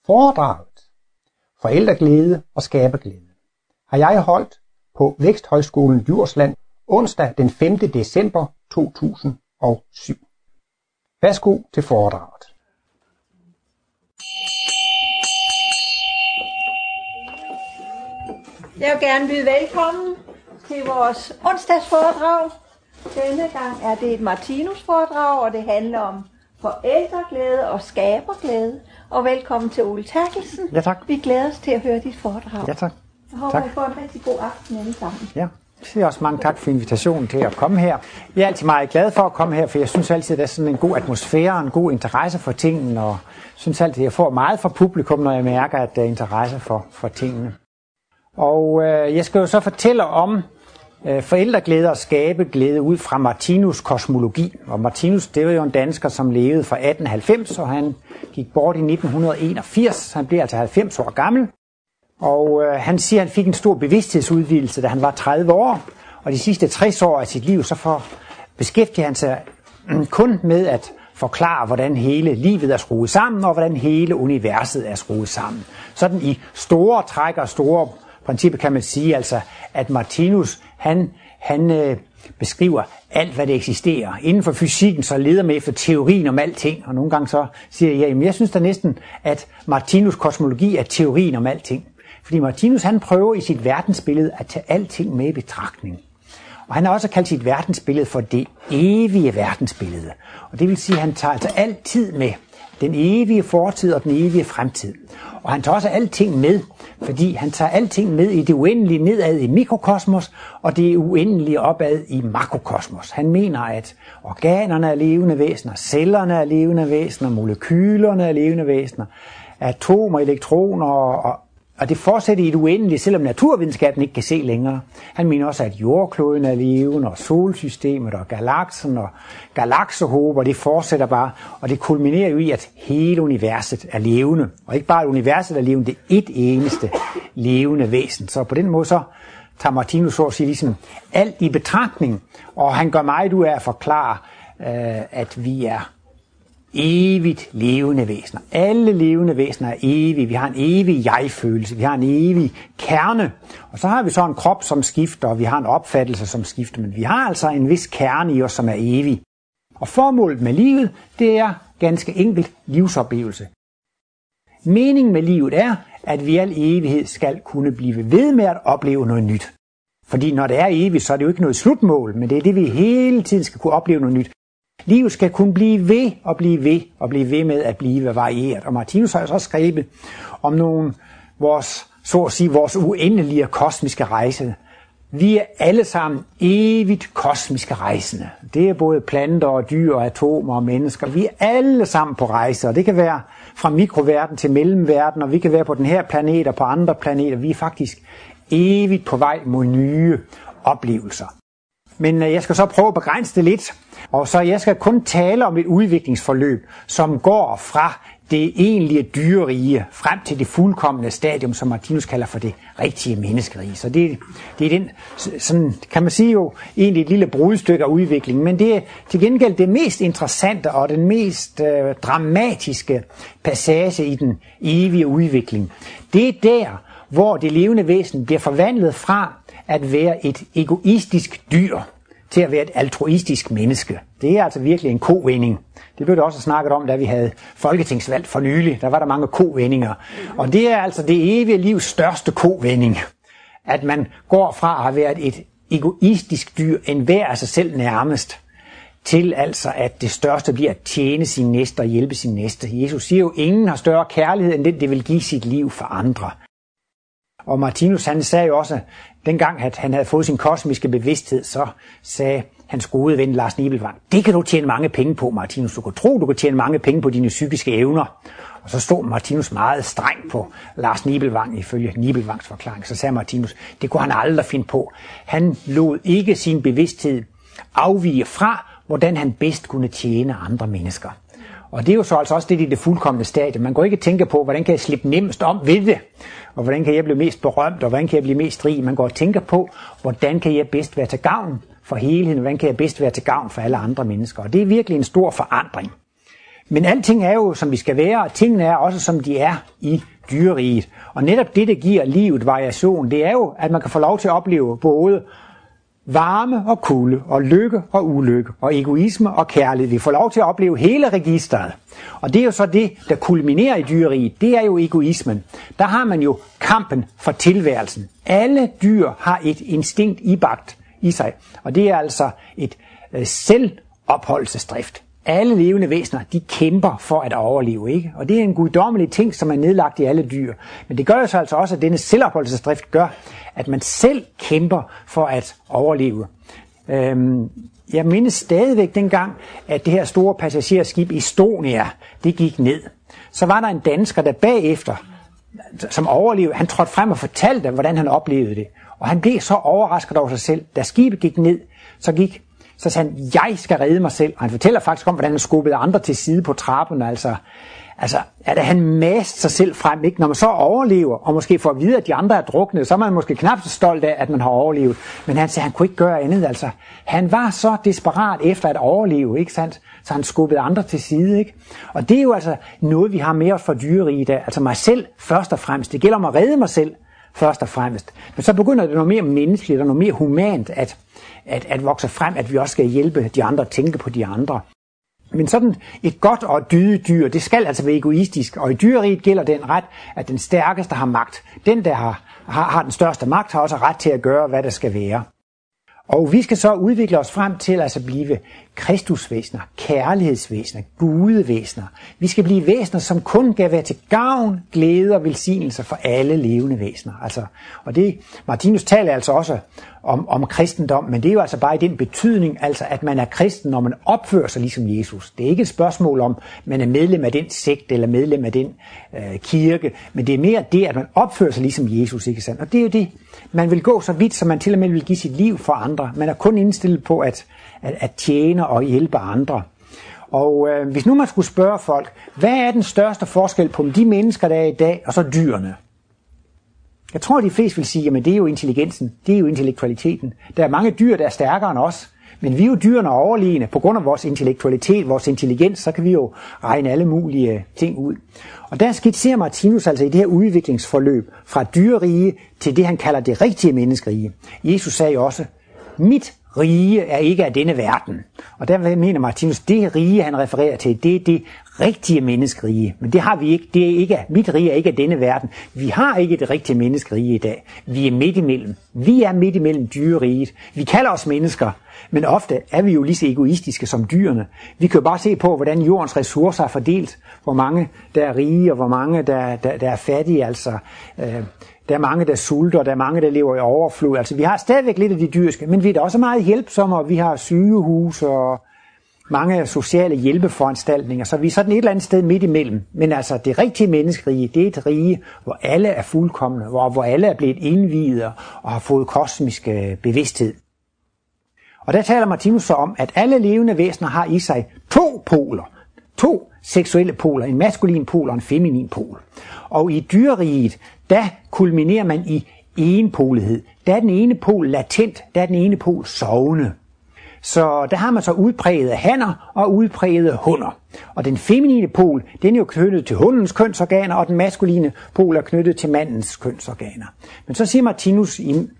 Foredraget Forældreglæde og skaberglæde har jeg holdt på Væksthøjskolen Djursland onsdag den 5. december 2007. Værsgo til foredraget. Jeg vil gerne byde velkommen til vores onsdagsforedrag. Denne gang er det et Martinus-foredrag, og det handler om forældreglæde og skaberglæde. Og velkommen til Ole Terkelsen. Ja, tak. Vi glæder os til at høre dit foredrag. Ja, tak. Jeg håber, I får en rigtig god aften alle sammen. Ja, jeg siger også mange tak for invitationen til at komme her. Jeg er altid meget glad for at komme her, for jeg synes altid, at der er sådan en god atmosfære, en god interesse for tingene, og jeg synes altid, at jeg får meget fra publikum, når jeg mærker, at der er interesse for tingene. Og jeg skal jo så fortælle om forældreglæde og skabeglæde ud fra Martinus' kosmologi. Og Martinus, det var jo en dansker, som levede fra 1890, og han gik bort i 1981. Han blev altså 90 år gammel. Og han siger, at han fik en stor bevidsthedsudvidelse, da han var 30 år. Og de sidste 60 år af sit liv, så beskæftiger han sig kun med at forklare, hvordan hele livet er skruet sammen, og hvordan hele universet er skruet sammen. Sådan i store træk og store principper kan man sige, altså, at Martinus, han beskriver alt, hvad det eksisterer. Inden for fysikken, så leder man efter teorien om alting, og nogle gange så siger jeg, jamen jeg synes da næsten, at Martinus' kosmologi er teorien om alting. Fordi Martinus, han prøver i sit verdensbillede at tage alting med i betragtning. Og han har også kaldt sit verdensbillede for det evige verdensbillede. Og det vil sige, at han tager altså altid med. Den evige fortid og den evige fremtid. Og han tager også alting med, fordi han tager alting med i det uendelige nedad i mikrokosmos, og det uendelige opad i makrokosmos. Han mener, at organerne er levende væsener, cellerne er levende væsener, molekylerne er levende væsener, atomer, elektroner og det fortsætter i det uendelige, selvom naturvidenskaben ikke kan se længere. Han mener også, at jordkloden er levende, og solsystemet, og galaksen, og galaksehober, det fortsætter bare. Og det kulminerer jo i, at hele universet er levende. Og ikke bare at universet er levende, det er et eneste levende væsen. Så på den måde så tager Martinus så at sige ligesom alt i betragtning. Og han gør meget ud af at forklare, at vi er evigt levende væsener. Alle levende væsener er evige. Vi har en evig jeg-følelse. Vi har en evig kerne. Og så har vi så en krop, som skifter, og vi har en opfattelse, som skifter. Men vi har altså en vis kerne i os, som er evig. Og formålet med livet, det er ganske enkelt livsoplevelse. Meningen med livet er, at vi i al evighed skal kunne blive ved med at opleve noget nyt. Fordi når det er evigt, så er det jo ikke noget slutmål, men det er det, vi hele tiden skal kunne opleve noget nyt. Livet skal kun blive ved og blive ved og blive ved med at blive varieret. Og Martinus har så skrevet om nogle vores uendelige kosmiske rejse. Vi er alle sammen evigt kosmiske rejsende. Det er både planter og dyr og atomer og mennesker. Vi er alle sammen på rejse, og det kan være fra mikroverden til mellemverden, og vi kan være på den her planet og på andre planeter. Vi er faktisk evigt på vej mod nye oplevelser. Men jeg skal så prøve at begrænse det lidt, og så jeg skal kun tale om et udviklingsforløb, som går fra det egentlige dyrerige frem til det fuldkomne stadium, som Martinus kalder for det rigtige menneskerige. Så det er den, sådan kan man sige jo, egentlig et lille brudstykke af udviklingen, men det er til gengæld det mest interessante og den mest dramatiske passage i den evige udvikling. Det er der, hvor det levende væsen bliver forvandlet fra at være et egoistisk dyr til at være et altruistisk menneske. Det er altså virkelig en kovending. Det blev det også snakket om, da vi havde folketingsvalg for nylig. Der var der mange kovendinger. Og det er altså det evige livs største kovending. At man går fra at have været et egoistisk dyr, enhver af sig selv nærmest, til altså at det største bliver at tjene sin næste og hjælpe sin næste. Jesus siger jo, ingen har større kærlighed end den, det vil give sit liv for andre. Og Martinus, han sagde jo også, dengang at han havde fået sin kosmiske bevidsthed, så sagde hans gode ven Lars Nibelvang, det kan du tjene mange penge på, Martinus. Du kan tro, du kan tjene mange penge på dine psykiske evner. Og så stod Martinus meget streng på Lars Nibelvang, ifølge Nibelvangs forklaring. Så sagde Martinus, det kunne han aldrig finde på. Han lod ikke sin bevidsthed afvige fra, hvordan han bedst kunne tjene andre mennesker. Og det er jo så altså også det i det fuldkomne stadie. Man går ikke tænke på, hvordan kan jeg slippe nemmest om ved det, og hvordan kan jeg blive mest berømt, og hvordan kan jeg blive mest rig. Man går og tænker på, hvordan kan jeg bedst være til gavn for helheden, hvordan kan jeg bedst være til gavn for alle andre mennesker. Og det er virkelig en stor forandring. Men alting er jo, som vi skal være, og tingene er også, som de er i dyreriget. Og netop det, der giver livet variation, det er jo, at man kan få lov til at opleve både varme og kulde, og lykke og ulykke, og egoisme og kærlighed. Vi får lov til at opleve hele registeret. Og det er jo så det, der kulminerer i dyreriget. Det er jo egoismen. Der har man jo kampen for tilværelsen. Alle dyr har et instinkt ibagt i sig, og det er altså et selvopholdelsesdrift. Alle levende væsener, de kæmper for at overleve, ikke? Og det er en guddommelig ting, som er nedlagt i alle dyr. Men det gør jo så altså også, at denne selvopholdelsesdrift gør, at man selv kæmper for at overleve. Jeg mindes stadigvæk dengang, at det her store passagerskib Estonia, det gik ned. Så var der en dansker, der bagefter, som overlevede, han trådte frem og fortalte, hvordan han oplevede det. Og han blev så overrasket over sig selv. Da skibet gik ned, så sagde han, jeg skal redde mig selv. Og han fortæller faktisk om, hvordan han skubbede andre til side på trappen. Altså at han maste sig selv frem, ikke? Når man så overlever, og måske får at vide, at de andre er druknet, så er man måske knap så stolt af, at man har overlevet. Men han sagde, at han kunne ikke gøre andet. Altså, han var så desperat efter at overleve, ikke sandt? Så han skubbede andre til side, ikke? Og det er jo altså noget, vi har med os fra dyreriget af. Altså mig selv først og fremmest. Det gælder om at redde mig selv først og fremmest. Men så begynder det noget mere menneskeligt og noget mere humant at vokse frem, at vi også skal hjælpe de andre, tænke på de andre. Men sådan et godt og dydigt dyr, det skal altså være egoistisk, og i dyreriget gælder den ret, at den stærkeste har magt. Den, der har den største magt, har også ret til at gøre, hvad der skal være. Og vi skal så udvikle os frem til at blive kristusvæsener, kærlighedsvæsener, gudevæsener. Vi skal blive væsener, som kun kan være til gavn, glæde og velsignelse for alle levende væsener. Altså, og det, Martinus taler altså også om kristendom, men det er jo altså bare i den betydning, altså at man er kristen, når man opfører sig ligesom Jesus. Det er ikke et spørgsmål om, man er medlem af den sekt eller medlem af den kirke, men det er mere det, at man opfører sig ligesom Jesus, ikke sandt? Og det er jo det, man vil gå så vidt, som man til og med vil give sit liv for andre. Man er kun indstillet på at tjene og hjælpe andre. Og hvis nu man skulle spørge folk, hvad er den største forskel på de mennesker, der er i dag, og så dyrene? Jeg tror, de fleste vil sige, at det er jo intelligensen, det er jo intellektualiteten. Der er mange dyr, der er stærkere end os, men vi er jo dyrene overlegne. På grund af vores intellektualitet, vores intelligens, så kan vi jo regne alle mulige ting ud. Og der skitserer Martinus altså i det her udviklingsforløb fra dyrerige til det, han kalder det rigtige menneskerige. Jesus sagde jo også, mit rige er ikke af denne verden. Og der mener Martinus, det rige, han refererer til, det er det rigtige menneskerige. Men det har vi ikke. Det er ikke, mit rige er ikke af denne verden. Vi har ikke det rigtige menneskerige i dag. Vi er midt imellem. Vi er midt imellem dyreriget. Vi kalder os mennesker, men ofte er vi jo lige så egoistiske som dyrene. Vi kan jo bare se på, hvordan jordens ressourcer er fordelt. Hvor mange der er rige, og hvor mange der er fattige. Altså, der er mange, der sulter, og der er mange, der lever i overflod. Altså, vi har stadigvæk lidt af de dyrske, men vi er da også meget hjælpsomme, og vi har sygehus og mange sociale hjælpeforanstaltninger, så vi er sådan et eller andet sted midt imellem. Men altså, det rigtige menneskerige, det er et rige, hvor alle er fuldkomne, hvor alle er blevet indviet og har fået kosmisk bevidsthed. Og der taler Martinus så om, at alle levende væsener har i sig to poler, to seksuelle poler, en maskulin pol og en feminin pol. Og i dyreriget, der kulminerer man i enpolighed. Der er den ene pol latent, der er den ene pol sovende. Så der har man så udprægede hanner og udprægede hunder. Og den feminine pol, den er jo knyttet til hundens kønsorganer, og den maskuline pol er knyttet til mandens kønsorganer. Men så siger Martinus,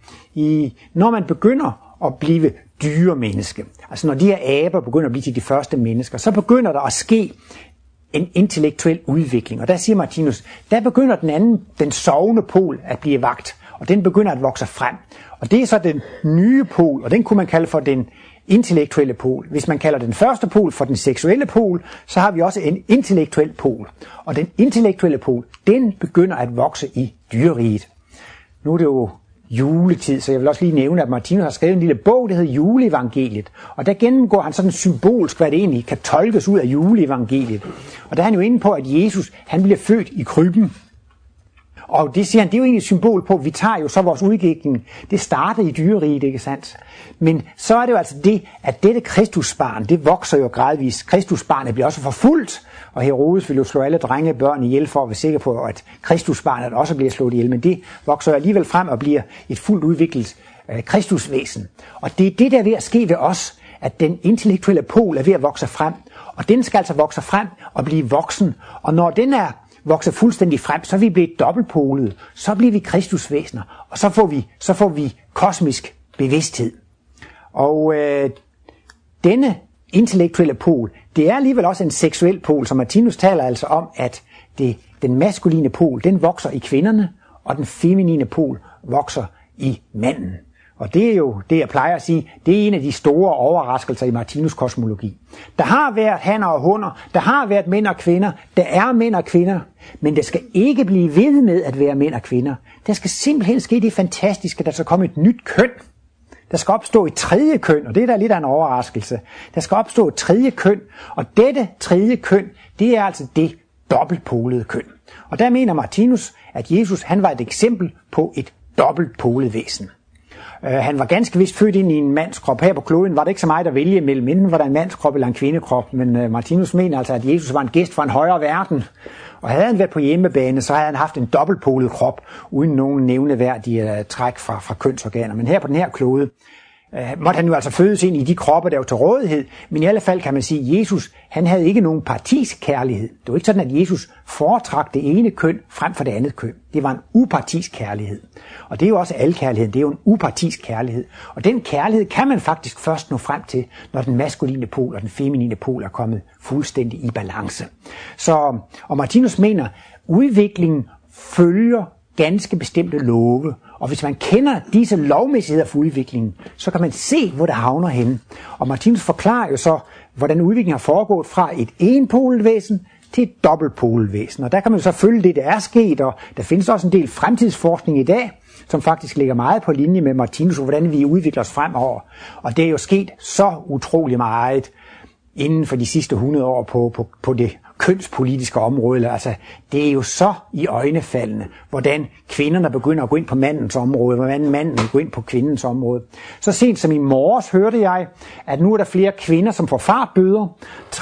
når man begynder at blive dyremenneske, altså når de her aber begynder at blive til de første mennesker, så begynder der at ske en intellektuel udvikling. Og der siger Martinus, der begynder den sovende pol at blive vakt, og den begynder at vokse frem. Og det er så den nye pol, og den kunne man kalde for den intellektuelle pol. Hvis man kalder den første pol for den seksuelle pol, så har vi også en intellektuel pol. Og den intellektuelle pol, den begynder at vokse i dyreriget. Nu er det jo juletid, så jeg vil også lige nævne, at Martinus har skrevet en lille bog, der hedder Juleevangeliet. Og der gennemgår han sådan symbolsk, hvad det egentlig kan tolkes ud af juleevangeliet. Og der er han jo inde på, at Jesus, han bliver født i krybben. Og det siger han, det er jo egentlig et symbol på, at vi tager jo så vores udvikling. Det starter i dyreriget, ikke sandt? Men så er det jo altså det, at dette Kristusbarn, det vokser jo gradvist. Kristusbarnet bliver også forfulgt, og Herodes vil jo slå alle drengebørn ihjel for at være sikker på, at Kristusbarnet også bliver slået ihjel. Men det vokser jo alligevel frem og bliver et fuldt udviklet Kristusvæsen. Og det er det, der er ved at ske ved os, at den intellektuelle pol er ved at vokse frem. Og den skal altså vokse frem og blive voksen. Og når den er vokset fuldstændig frem, så er vi blevet dobbeltpolede. Så bliver vi kristusvæsener, og så får vi kosmisk bevidsthed. Og denne intellektuelle pol, det er alligevel også en seksuel pol, som Martinus taler altså om, at den maskuline pol, den vokser i kvinderne, og den feminine pol vokser i manden. Og det er jo det, jeg plejer at sige, det er en af de store overraskelser i Martinus kosmologi. Der har været hanner og hunder, der har været mænd og kvinder, der er mænd og kvinder, men det skal ikke blive ved med at være mænd og kvinder. Der skal simpelthen ske det fantastiske, at der skal komme et nyt køn. Der skal opstå et tredje køn, og det er da lidt af en overraskelse. Der skal opstå et tredje køn, og dette tredje køn, det er altså det dobbeltpolede køn. Og der mener Martinus, at Jesus han var et eksempel på et dobbeltpolet væsen. Han var ganske vist født ind i en mandskrop. Her på kloden var det ikke så meget at vælge mellem, enten var der en mandskrop eller en kvindekrop, men Martinus mener altså, at Jesus var en gæst fra en højere verden. Og havde han været på hjemmebane, så havde han haft en dobbeltpolet krop, uden nogen nævneværdige træk fra kønsorganer. Men her på den her klode måtte han jo altså fødes ind i de kropper, der var til rådighed. Men i alle fald kan man sige, at Jesus han havde ikke nogen partisk kærlighed. Det var ikke sådan, at Jesus foretrak det ene køn frem for det andet køn. Det var en upartisk kærlighed. Og det er jo også alkærligheden. Det er jo en upartisk kærlighed. Og den kærlighed kan man faktisk først nå frem til, når den maskuline pol og den feminine pol er kommet fuldstændig i balance. Og Martinus mener, udviklingen følger ganske bestemte love. Og hvis man kender disse lovmæssigheder for udviklingen, så kan man se, hvor det havner henne. Og Martinus forklarer jo så, hvordan udviklingen har foregået fra et enpolet væsen til et dobbeltpolet væsen. Og der kan man så følge det, der er sket, og der findes også en del fremtidsforskning i dag, som faktisk ligger meget på linje med Martinus, og hvordan vi udvikler os fremover. Og det er jo sket så utrolig meget inden for de sidste 100 år på det kønspolitiske område. Altså, det er jo så i øjnefaldende, hvordan kvinderne begynder at gå ind på mandens område, hvordan manden går ind på kvindens område. Så sent som i morges hørte jeg, at nu er der flere kvinder, som får fartbøder.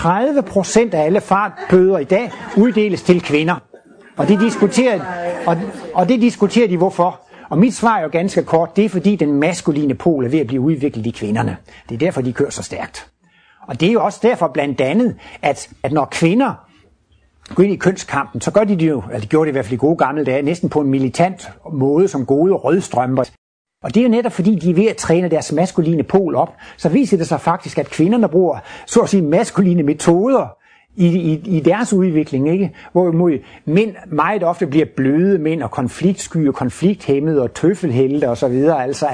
30% af alle fartbøder i dag uddeles til kvinder. Og det diskuterer de hvorfor. Og mit svar er jo ganske kort, det er fordi den maskuline pol er ved at blive udviklet i kvinderne. Det er derfor, de kører så stærkt. Og det er jo også derfor blandt andet, at når kvinder går ind i kønskampen, så gør de det jo, eller de gjorde det i hvert fald i gode gamle dage, næsten på en militant måde som gode rødstrømper. Og det er jo netop fordi, de er ved at træne deres maskuline pol op, så viser det sig faktisk, at kvinderne bruger, så at sige, maskuline metoder i deres udvikling, ikke? Hvorimod mænd meget ofte bliver bløde mænd og konfliktsky og konflikthæmmede og tøffelhelte og så videre, altså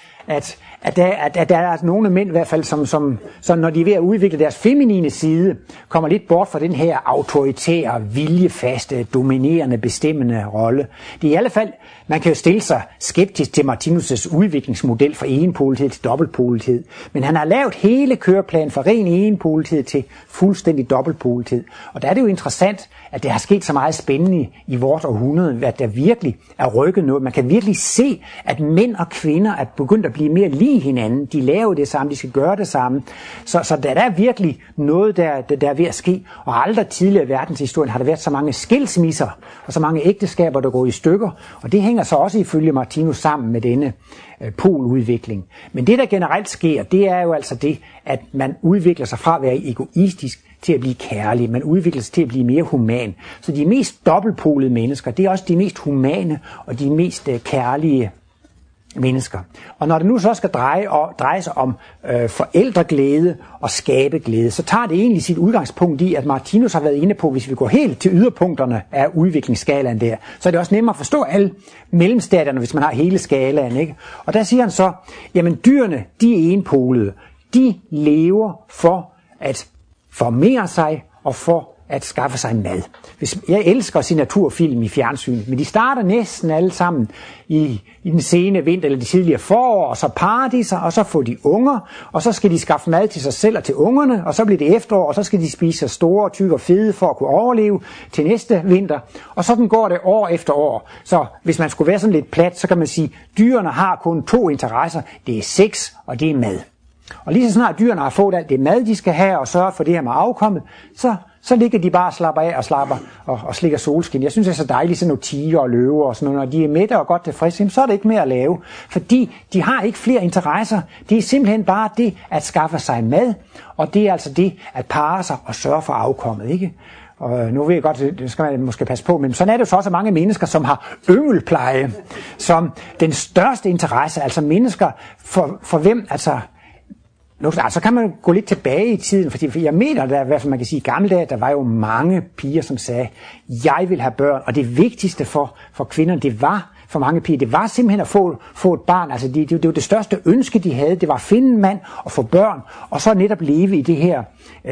at der er nogle mænd i hvert fald, som når de er ved at udvikle deres feminine side, kommer lidt bort fra den her autoritære, viljefaste, dominerende, bestemmende rolle. Det er i alle fald, man kan jo stille sig skeptisk til Martinus' udviklingsmodel fra enpolethed til dobbeltpolethed, men han har lavet hele køreplanen fra ren enpolethed til fuldstændig dobbeltpolethed. Og der er det jo interessant, at det har sket så meget spændende i vores århundrede, at der virkelig er rykket noget. Man kan virkelig se, at mænd og kvinder er begyndt at blive mere lige hinanden. De laver det samme, de skal gøre det samme. Så der er virkelig noget, der er ved at ske. Og aldrig tidligere i verdenshistorien har der været så mange skilsmisser og så mange ægteskaber, der går i stykker. Og det hænger så også ifølge Martinus sammen med denne poludvikling. Men det, der generelt sker, det er jo altså det, at man udvikler sig fra at være egoistisk til at blive kærlig. Man udvikler sig til at blive mere human. Så de mest dobbeltpolede mennesker, det er også de mest humane og de mest kærlige mennesker. Og når det nu så skal dreje sig om forældreglæde og skabeglæde, så tager det egentlig sit udgangspunkt i, at Martinus har været inde på, hvis vi går helt til yderpunkterne af udviklingsskalaen der, så er det også nemmere at forstå alle mellemstadierne, hvis man har hele skalaen, ikke? Og der siger han så, jamen dyrene, de er enpolede. De lever for at formere sig og for at skaffe sig mad. Jeg elsker at se naturfilm i fjernsynet, men de starter næsten alle sammen i den sene vinter eller de tidligere forår, og så parer de sig, og så får de unger, og så skal de skaffe mad til sig selv og til ungerne, og så bliver det efterår, og så skal de spise store, tykke og fede for at kunne overleve til næste vinter, og sådan går det år efter år. Så hvis man skulle være sådan lidt plat, så kan man sige, at dyrene har kun 2 interesser, det er sex og det er mad. Og lige så snart dyrene har fået alt det mad, de skal have, og sørge for det her med afkommet, så Så ligger de bare og slapper af og slapper og slikker solskin. Jeg synes, det er så dejligt, sådan nogle tiger og løver og sådan noget. Når de er mætte og godt tilfredse, så er det ikke mere at lave. Fordi de har ikke flere interesser. Det er simpelthen bare det at skaffe sig mad, og det er altså det at parre sig og sørge for afkommet, ikke? Og nu ved jeg godt, det skal man måske passe på, men sådan er det jo så også mange mennesker, som har yngelpleje som den største interesse. Altså mennesker, for hvem, altså kan man gå lidt tilbage i tiden, fordi jeg mener, at i hvert fald man kan sige, i gamle dage, der var jo mange piger, som sagde, jeg vil have børn, og det vigtigste for kvinderne, det var for mange piger, det var simpelthen at få et barn. Altså det var det største ønske, de havde, det var at finde en mand og få børn, og så netop leve i det her,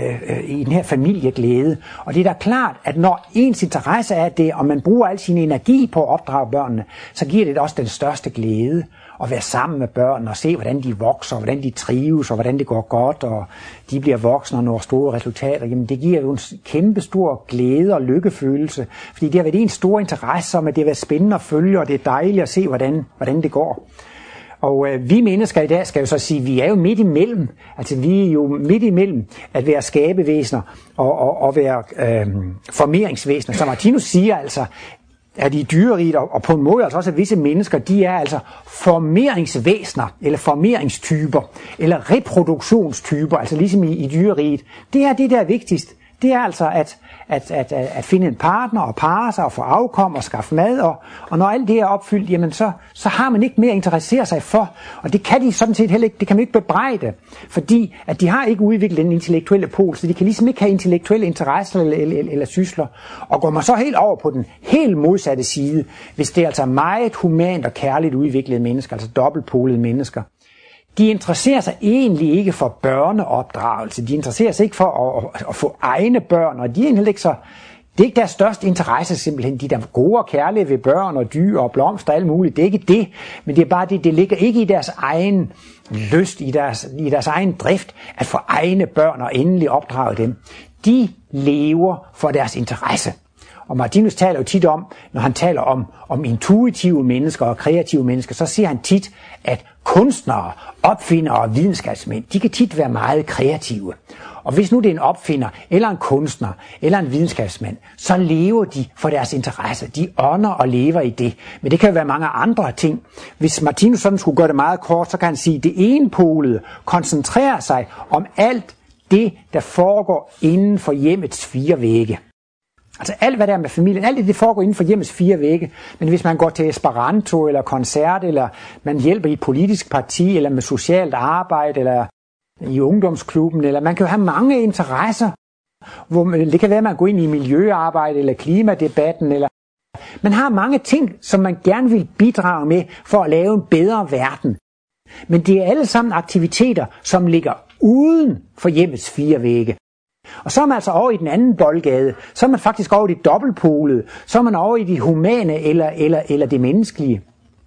i den her familieglæde. Og det er da klart, at når ens interesse er det, og man bruger al sin energi på at opdrage børnene, så giver det også den største glæde at være sammen med børn og se, hvordan de vokser, og hvordan de trives, og hvordan det går godt, og de bliver voksne og når store resultater. Jamen det giver jo en kæmpe stor glæde og lykkefølelse, fordi det har været en stor interesse om, at det har været spændende at følge, og det er dejligt at se, hvordan det går. Og vi mennesker i dag, skal jo så sige, vi er jo midt imellem. Altså vi er jo midt imellem at være skabevæsener og være formeringsvæsener. Som Martinus siger altså, at i dyreriget, og på en måde altså også, at visse mennesker, de er altså formeringsvæsener, eller formeringstyper, eller reproduktionstyper, altså ligesom i dyreriget. Det er det, der er vigtigst. Det er altså at finde en partner og parre sig og få afkom og skaffe mad, og når alt det er opfyldt, jamen så har man ikke mere at interessere sig for, og det kan de sådan set heller ikke, det kan man ikke bebrejde, fordi at de har ikke udviklet den intellektuelle pol, så de kan ligesom ikke have intellektuelle interesser eller sysler, og går man så helt over på den helt modsatte side, hvis det er altså meget humant og kærligt udviklede mennesker, altså dobbeltpolede mennesker, de interesserer sig egentlig ikke for børneopdragelse. De interesserer sig ikke for at få egne børn, og de er egentlig ikke så. Det er ikke deres største interesse simpelthen. De der gode og kærlige ved børn og dyr og blomster og alt muligt. Det er ikke det, men det er bare det ligger ikke i deres egen lyst, i deres egen drift at få egne børn og endelig opdrage dem. De lever for deres interesse. Og Martinus taler jo tit om, når han taler om intuitive mennesker og kreative mennesker, så siger han tit, at kunstnere, opfindere og videnskabsmænd, de kan tit være meget kreative. Og hvis nu det er en opfinder, eller en kunstner, eller en videnskabsmand, så lever de for deres interesse. De ånder og lever i det. Men det kan jo være mange andre ting. Hvis Martinus sådan skulle gøre det meget kort, så kan han sige, at det enepolede koncentrerer sig om alt det, der foregår inden for hjemmets fire vægge. Altså alt hvad der er med familien, alt det foregår inden for hjemmets fire vægge. Men hvis man går til Esperanto eller koncert, eller man hjælper i et politisk parti, eller med socialt arbejde, eller i ungdomsklubben, eller man kan jo have mange interesser. Det kan være, at man går ind i miljøarbejde, eller klimadebatten, eller man har mange ting, som man gerne vil bidrage med, for at lave en bedre verden. Men det er alle sammen aktiviteter, som ligger uden for hjemmets fire vægge. Og så er man altså over i den anden boldgade, så er man faktisk over i det dobbeltpolede, så er man over i det humane eller det menneskelige.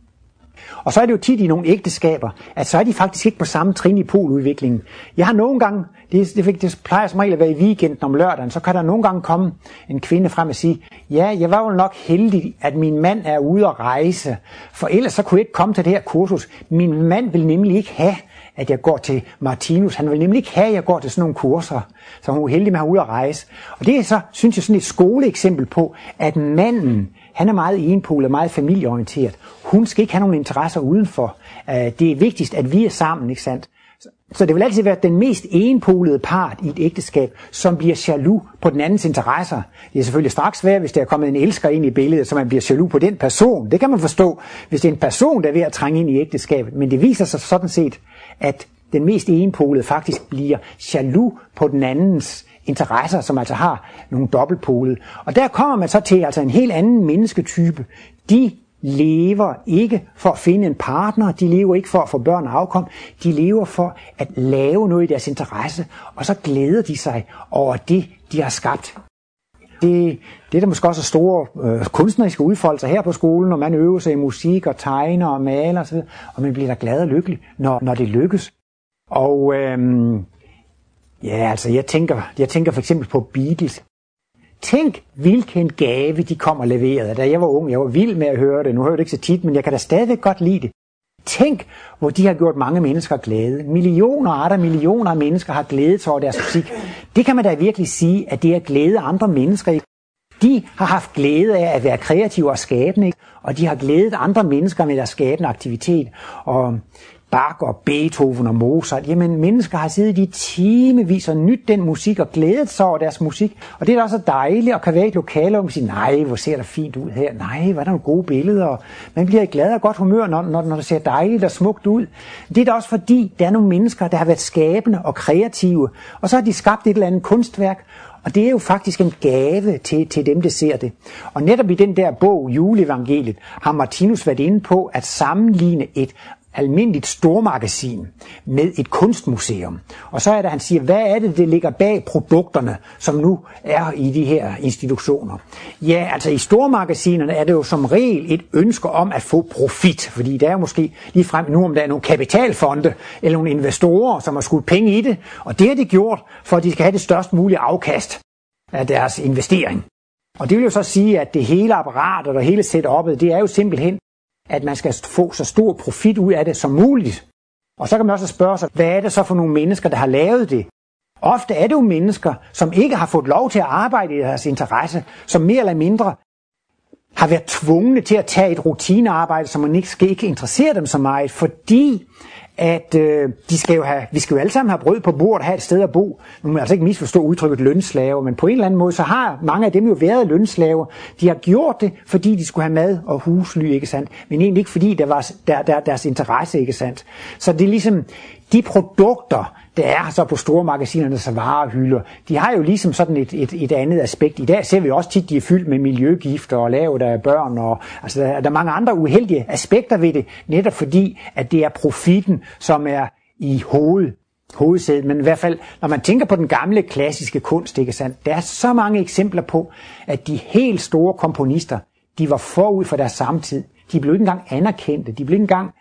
Og så er det jo tit i nogle ægteskaber, at så er de faktisk ikke på samme trin i poludviklingen. Jeg har nogle gange, det plejer som regel at være i weekenden om lørdagen, så kan der nogle gange komme en kvinde frem og sige, ja, jeg var jo nok heldig, at min mand er ude at rejse, for ellers så kunne jeg ikke komme til det her kursus. Min mand vil nemlig ikke have, at jeg går til Martinus. Han vil nemlig ikke have, at jeg går til sådan nogle kurser, så hun er heldig med at have ude at rejse. Og det er så, synes jeg, sådan et skoleeksempel på, at manden, han er meget enpolet, meget familieorienteret. Hun skal ikke have nogen interesser udenfor. Det er vigtigst, at vi er sammen, ikke sandt? Så det vil altid være den mest enpolede part i et ægteskab, som bliver jaloux på den andens interesser. Det er selvfølgelig straks svært, hvis der er kommet en elsker ind i billedet, så man bliver jaloux på den person. Det kan man forstå, hvis det er en person, der er ved at trænge ind i ægteskabet. Men det viser sig sådan set, at den mest enpolede faktisk bliver jaloux på den andens interesser, som altså har nogle dobbeltpolede. Og der kommer man så til altså en helt anden mennesketype. De lever ikke for at finde en partner, de lever ikke for at få børn og afkom, de lever for at lave noget i deres interesse, og så glæder de sig over det, de har skabt. Det er der måske også store kunstneriske udfoldelser her på skolen, når man øver sig i musik og tegner og maler osv., og man bliver da glad og lykkelig, når det lykkes. Og altså jeg tænker for eksempel på Beatles. Tænk, hvilken gave de kom og leverede. Da jeg var ung, jeg var vild med at høre det. Nu hører jeg det ikke så tit, men jeg kan da stadig godt lide det. Tænk, hvor de har gjort mange mennesker glade. Millioner af mennesker har glædet sig over deres musik. Det kan man da virkelig sige, at det er at glæde andre mennesker. De har haft glæde af at være kreative og skabende, og de har glædet andre mennesker med deres skabende aktivitet. Og Bach og Beethoven og Mozart, jamen mennesker har siddet i timevis og nydt den musik og glædet sig over deres musik. Og det er da også dejligt og kan være i et lokale, og man siger, nej, hvor ser der fint ud her. Nej, hvor er der nogle gode billeder. Og man bliver glad og godt humør, når det ser dejligt og smukt ud. Det er da også fordi, der er nogle mennesker, der har været skabende og kreative. Og så har de skabt et eller andet kunstværk. Og det er jo faktisk en gave til dem, der ser det. Og netop i den der bog, Juleevangeliet, har Martinus været inde på at sammenligne et almindeligt stormagasin med et kunstmuseum. Og så er det, han siger, hvad er det ligger bag produkterne, som nu er i de her institutioner? Ja, altså i stormagasinerne er det jo som regel et ønske om at få profit, fordi der er jo måske lige frem nu, om der er nogle kapitalfonde eller nogle investorer, som har skudt penge i det, og det har de gjort, for at de skal have det størst mulige afkast af deres investering. Og det vil jo så sige, at det hele apparatet og hele setup'et, det er jo simpelthen at man skal få så stor profit ud af det som muligt. Og så kan man også spørge sig, hvad er det så for nogle mennesker, der har lavet det? Ofte er det jo mennesker, som ikke har fået lov til at arbejde i deres interesse, som mere eller mindre har været tvungne til at tage et rutinearbejde, som man ikke interesserer dem så meget, fordi at vi skal jo alle sammen have brød på bordet og have et sted at bo. Nu må man altså ikke misforstå udtrykket lønslaver, men på en eller anden måde, så har mange af dem jo været lønslaver. De har gjort det, fordi de skulle have mad og husly, ikke sandt? Men egentlig ikke fordi der var deres interesse, ikke sandt? Så det er ligesom de produkter, der er så på store magasinernes varehylder, de har jo ligesom sådan et andet aspekt. I dag ser vi også tit, de er fyldt med miljøgifter og lavet af børn, og altså der er mange andre uheldige aspekter ved det, netop fordi, at det er profitten, som er i hovedsædet. Men i hvert fald, når man tænker på den gamle klassiske kunst, ikke sandt, der er så mange eksempler på, at de helt store komponister, de var forud for deres samtid. De blev ikke engang anerkendte, de blev ikke engang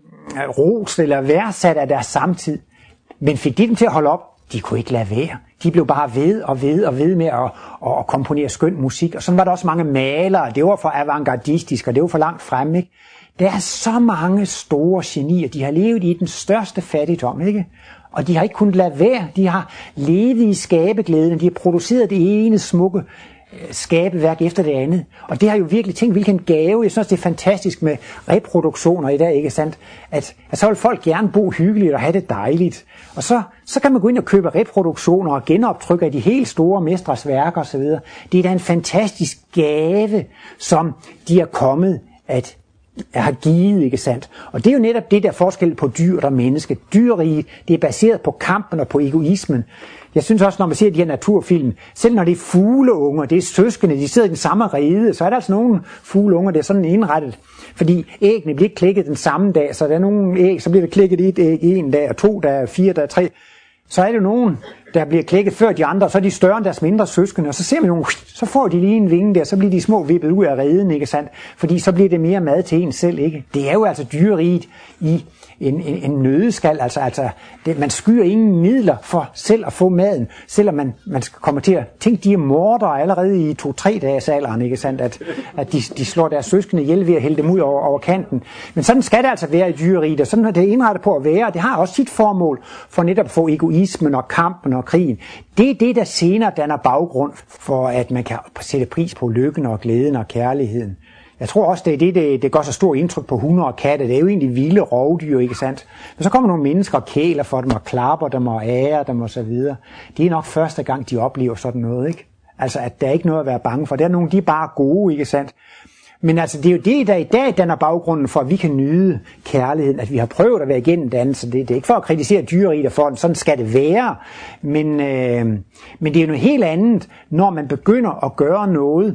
rost eller værdsat af deres samtid. Men fik de dem til at holde op? De kunne ikke lade være. De blev bare ved med at komponere skøn musik. Og sådan var der også mange malere. Det var for avantgardistisk, og det var for langt frem, ikke? Der er så mange store genier. De har levet i den største fattigdom, ikke? Og de har ikke kunnet lade være. De har levet i skabeglæden. De har produceret det ene smukke skabeværk efter det andet. Og det har jo virkelig tænkt, hvilken gave. Jeg synes, det er fantastisk med reproduktioner i dag, ikke sandt? At så vil folk gerne bo hyggeligt og have det dejligt. Og så kan man gå ind og købe reproduktioner og genoptrykke af de helt store mestres værker osv. Det er da en fantastisk gave, som de er kommet at har givet, ikke sandt? Og det er jo netop det der forskel på dyr og menneske. Dyreriget, det er baseret på kampen og på egoismen. Jeg synes også, når man ser de her naturfilm, selv når det er fugleunger, det er søskende, de sidder i den samme rede, så er der altså nogle fugleunger, der er sådan indrettet. Fordi æggene bliver ikke klækket den samme dag, så der er nogle æg, så bliver det klækket et æg en dag, og 2 dage, 4 dage, 3. Så er det nogen, der bliver klækket før de andre, og så er de større end deres mindre søskende, og så ser man nogle, så får de lige en vinge der, så bliver de små vippet ud af reden, ikke sandt? Fordi så bliver det mere mad til en selv, ikke? Det er jo altså dyreriget i en nødeskal, altså man skyer ingen midler for selv at få maden, selvom man kommer til at tænke, de er mordere allerede i 2-3 dages alderen, ikke sandt, at de slår deres søskende ihjel ved at hælde dem ud over kanten. Men sådan skal det altså være i dyreriget, og sådan er det indrettet på at være, og det har også sit formål for netop at få egoismen og kampen og krigen. Det er det, der senere danner baggrund for, at man kan sætte pris på lykken og glæden og kærligheden. Jeg tror også, det er det gør så stort indtryk på hunde og katte. Det er jo egentlig vilde rovdyr, ikke sandt? Men så kommer nogle mennesker og kæler for dem og klapper dem og ærer dem og så videre. Det er nok første gang, de oplever sådan noget, ikke? Altså, at der er ikke noget at være bange for. Der er nogle, de er bare gode, ikke sandt? Men altså, det er jo det, der i dag danner baggrunden for, at vi kan nyde kærligheden, at vi har prøvet at være igennem det, så det er ikke for at kritisere dyreriget og for, sådan skal det være. Men det er jo noget helt andet, når man begynder at gøre noget,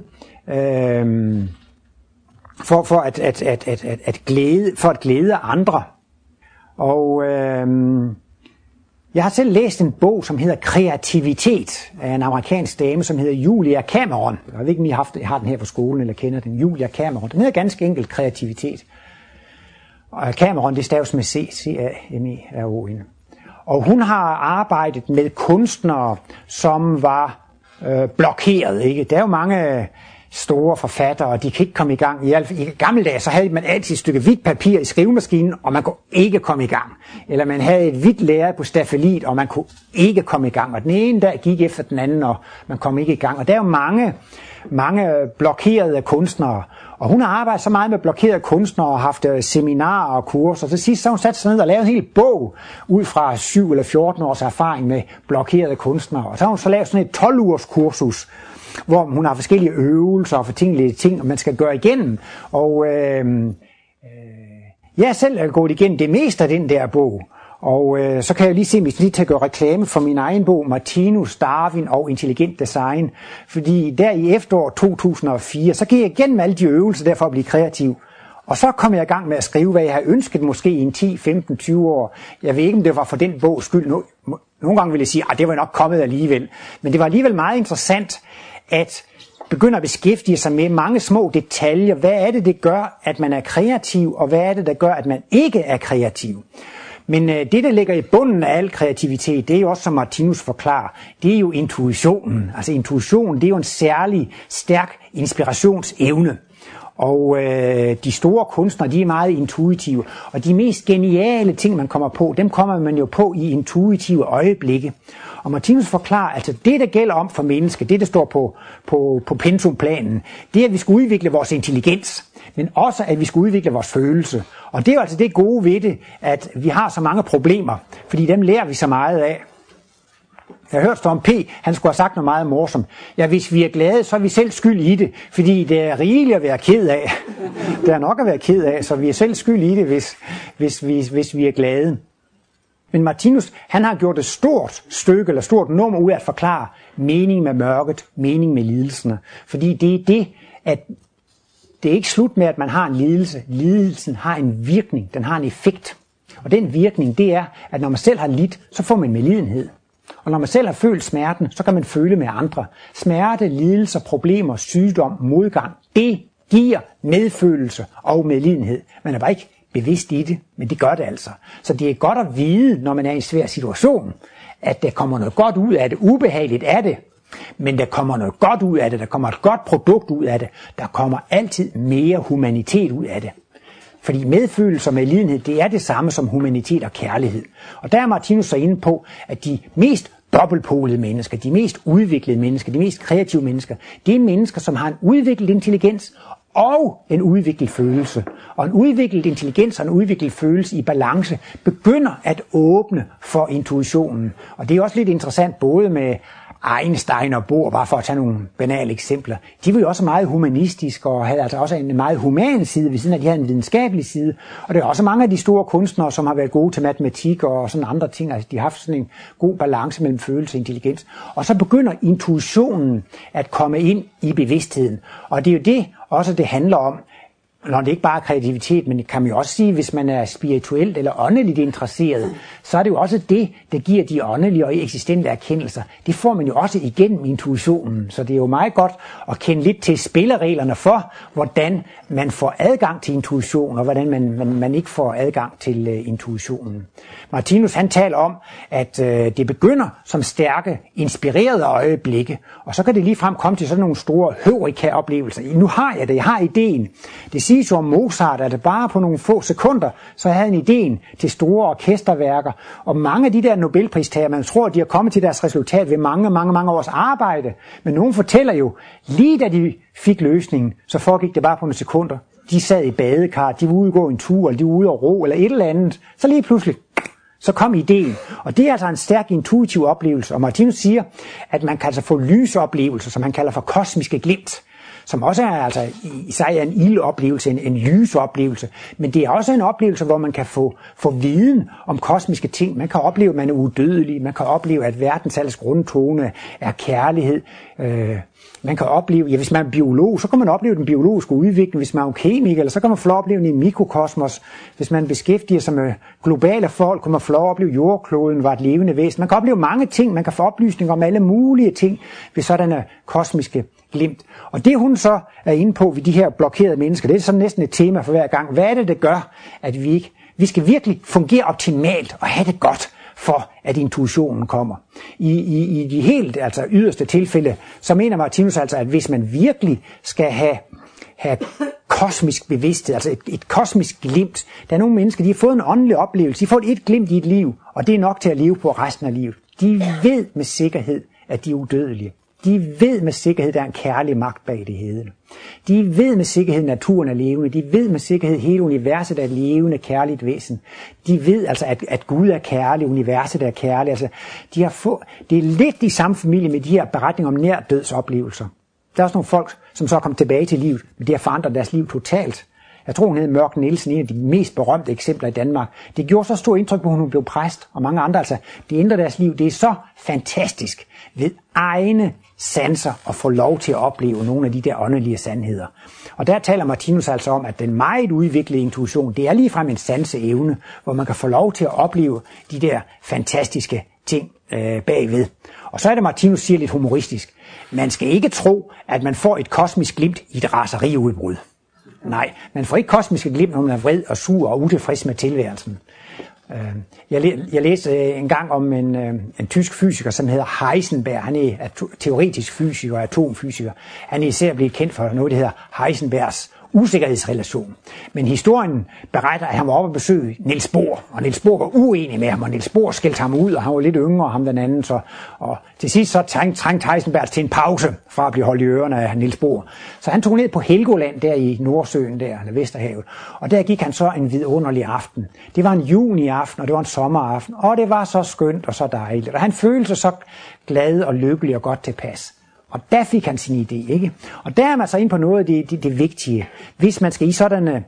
for at glæde andre. Og jeg har selv læst en bog, som hedder Kreativitet, af en amerikansk dame, som hedder Julia Cameron. Jeg ved ikke, om I har den her på skolen, eller kender den. Julia Cameron. Den hedder ganske enkelt Kreativitet. Og Cameron, det staves med C-A-M-E-R-O-N. Og hun har arbejdet med kunstnere, som var blokeret, ikke? Der er jo mange store forfattere, og de kan ikke komme i gang. I gamle dage, så havde man altid et stykke hvidt papir i skrivemaskinen, og man kunne ikke komme i gang. Eller man havde et hvidt lærred på stafelit, og man kunne ikke komme i gang. Og den ene dag gik efter den anden, og man kom ikke i gang. Og der er jo mange blokerede kunstnere. Og hun har arbejdet så meget med blokerede kunstnere og haft seminarer og kurser. Så sidst så hun sat sig ned og lavet en hel bog ud fra 7 eller 14 års erfaring med blokerede kunstnere. Og så har hun så lavet sådan et 12-ugers kursus, hvor hun har forskellige øvelser og fortænkelige ting, man skal gøre igennem. Og jeg er selv gået igennem det meste af den der bog. Og så kan jeg lige se, hvis jeg lige til at gøre reklame for min egen bog, Martinus, Darwin og Intelligent Design. Fordi der i efteråret 2004, så gik jeg igennem alle de øvelser der for at blive kreativ. Og så kom jeg i gang med at skrive, hvad jeg har ønsket måske i en 10, 15, 20 år. Jeg ved ikke, om det var for den bogs skyld. Nogle gange ville jeg sige, at det var nok kommet alligevel. Men det var alligevel meget interessant at begynde at beskæftige sig med mange små detaljer. Hvad er det gør, at man er kreativ, og hvad er det, der gør, at man ikke er kreativ? Men det, der ligger i bunden af al kreativitet, det er jo også, som Martinus forklarer, det er jo intuitionen. Altså intuition, det er jo en særlig stærk inspirationsevne. Og de store kunstnere, de er meget intuitive. Og de mest geniale ting, man kommer på, dem kommer man jo på i intuitive øjeblikke. Og Martinus forklarer, altså det, der gælder om for mennesker, det, der står på pensumplanen, det er, at vi skal udvikle vores intelligens, men også, at vi skal udvikle vores følelse. Og det er jo altså det gode ved det, at vi har så mange problemer, fordi dem lærer vi så meget af. Jeg har hørt Storm P., han skulle have sagt noget meget morsomt. Ja, hvis vi er glade, så er vi selv skyld i det, fordi det er rigeligt at være ked af. Det er nok at være ked af, så vi er selv skyld i det, hvis vi er glade. Men Martinus, han har gjort et stort stykke, eller stort nummer ud af at forklare mening med mørket, mening med lidelserne. Fordi det er det, at det er ikke slut med, at man har en lidelse. Lidelsen har en virkning, den har en effekt. Og den virkning, det er, at når man selv har lidt, så får man medlidenhed. Og når man selv har følt smerten, så kan man føle med andre. Smerte, lidelser, problemer, sygdom, modgang, det giver medfølelse og medlidenhed. Man er bare ikke bevidst i det, men det gør det altså. Så det er godt at vide, når man er i en svær situation, at der kommer noget godt ud af det. Ubehageligt er det, men der kommer noget godt ud af det. Der kommer et godt produkt ud af det. Der kommer altid mere humanitet ud af det. Fordi medfølelse og medlidenhed, det er det samme som humanitet og kærlighed. Og der er Martinus så inde på, at de mest dobbeltpolede mennesker, de mest udviklede mennesker, de mest kreative mennesker, det er mennesker, som har en udviklet intelligens og en udviklet følelse. Og en udviklet intelligens og en udviklet følelse i balance begynder at åbne for intuitionen. Og det er også lidt interessant både med Einstein og Bohr, bare for at tage nogle banale eksempler. De var jo også meget humanistiske og havde altså også en meget human side, ved siden af de havde en videnskabelig side. Og der er også mange af de store kunstnere, som har været gode til matematik og sådan andre ting. Altså de har haft sådan en god balance mellem følelse og intelligens. Og så begynder intuitionen at komme ind i bevidstheden. Og det er jo det også, det handler om. Når det ikke bare er kreativitet, men det kan man jo også sige, hvis man er spirituelt eller åndeligt interesseret, så er det jo også det, der giver de åndelige og eksistente erkendelser. Det får man jo også igennem intuitionen, så det er jo meget godt at kende lidt til spillereglerne for, hvordan man får adgang til intuition, og hvordan man ikke får adgang til intuitionen. Martinus, han taler om, at det begynder som stærke, inspirerede øjeblikke, og så kan det ligefrem komme til sådan nogle store heureka-oplevelser. Nu har jeg det, jeg har ideen. Det siges jo om Mozart, at det bare på nogle få sekunder, så havde han ideen til store orkesterværker. Og mange af de der Nobelpristager, man tror, de har kommet til deres resultat ved mange års arbejde. Men nogen fortæller jo, lige da de fik løsningen, så foregik det bare på nogle sekunder. De sad i badekar, de var ude at gå en tur, eller de var ude at ro, eller et eller andet. Så lige pludselig, så kom ideen. Og det er altså en stærk intuitiv oplevelse. Og Martinus siger, at man kan altså få lysoplevelser, som han kalder for kosmiske glimt, som også er altså i sig en ildoplevelse, en lysoplevelse, men det er også en oplevelse, hvor man kan få viden om kosmiske ting. Man kan opleve, at man er udødelig, man kan opleve, at verdens alles grundtone er kærlighed. Man kan opleve, ja, hvis man er biolog, så kan man opleve den biologiske udvikling. Hvis man er kemiker, så kan man få opleve den i mikrokosmos. Hvis man beskæftiger sig med globale folk, kan man få opleve jordkloden var et levende væsen. Man kan opleve mange ting. Man kan få oplysninger om alle mulige ting ved sådanne kosmiske glimt. Og det hun så er inde på ved de her blokerede mennesker, det er sådan næsten et tema for hver gang. Hvad er det, der gør, at vi skal virkelig fungere optimalt og have det godt? for, at intuitionen kommer. I de helt yderste tilfælde, så mener Martinus altså, at hvis man virkelig skal have kosmisk bevidsthed, altså et kosmisk glimt. Der er nogle mennesker, de har fået en åndelig oplevelse, de har fået et glimt i et liv, og det er nok til at leve på resten af livet. De ved med sikkerhed, at de er udødelige. De ved med sikkerhed, at der er en kærlig magt bag det hele. De ved med sikkerhed, at naturen er levende. De ved med sikkerhed, at hele universet er et levende, kærligt væsen. De ved altså, at Gud er kærlig, universet er kærligt. Altså, det er lidt i samme familie med de her beretninger om nærdødsoplevelser. Der er også nogle folk, som så er kommet tilbage til livet, men det har forandret deres liv totalt. Jeg tror, hun hed Mørk Nielsen, en af de mest berømte eksempler i Danmark. Det gjorde så stort indtryk på, at hun blev præst, og mange andre. Altså, det ændrer deres liv. Det er så fantastisk ved egne sanser at få lov til at opleve nogle af de der åndelige sandheder. Og der taler Martinus altså om, at den meget udviklede intuition, det er ligefrem en sanseevne, hvor man kan få lov til at opleve de der fantastiske ting bagved. Og så er det, Martinus siger lidt humoristisk. Man skal ikke tro, at man får et kosmisk glimt i et raseriudbrud. Nej, man får ikke kosmiske glimt, når man er vred og sur og utilfreds med tilværelsen. Jeg læste en gang om en tysk fysiker, som hedder Heisenberg. Han er teoretisk fysiker og atomfysiker. Han er især blevet kendt for noget, der hedder Heisenbergs usikkerhedsrelation. Men historien beretter, at han var oppe og besøge Niels Bohr, og Niels Bohr var uenig med ham, og Niels Bohr skældte ham ud, og han var lidt yngre, ham den anden, og til sidst så trængte Heisenberg til en pause fra at blive holdt i ørerne af Niels Bohr. Så han tog ned på Helgoland der i Nordsøen, der eller Vesterhavet, og der gik han så en vidunderlig aften. Det var en juniaften, og det var en sommeraften, og det var så skønt og så dejligt, og han følte sig så glad og lykkelig og godt tilpas. Og der fik han sin idé, ikke? Og der er man så inde på noget af det vigtige. Hvis man skal i sådanne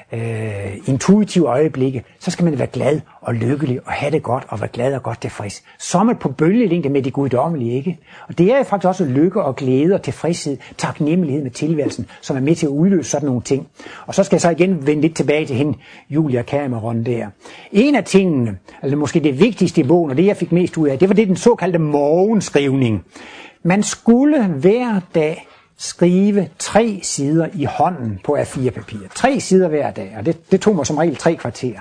intuitive øjeblikke, så skal man være glad og lykkelig og have det godt og være glad og godt tilfreds. Som på bølgelængde med det guddommelige, ikke? Og det er jo faktisk også lykke og glæde og tilfredshed, taknemmelighed med tilværelsen, som er med til at udløse sådan nogle ting. Og så skal jeg så igen vende lidt tilbage til hende, Julia Cameron der. En af tingene, altså måske det vigtigste i bogen, og det jeg fik mest ud af, det var det den såkaldte morgenskrivning. Man skulle hver dag skrive 3 sider i hånden på A4-papir. 3 sider hver dag, og det tog mig som regel 3 kvarter.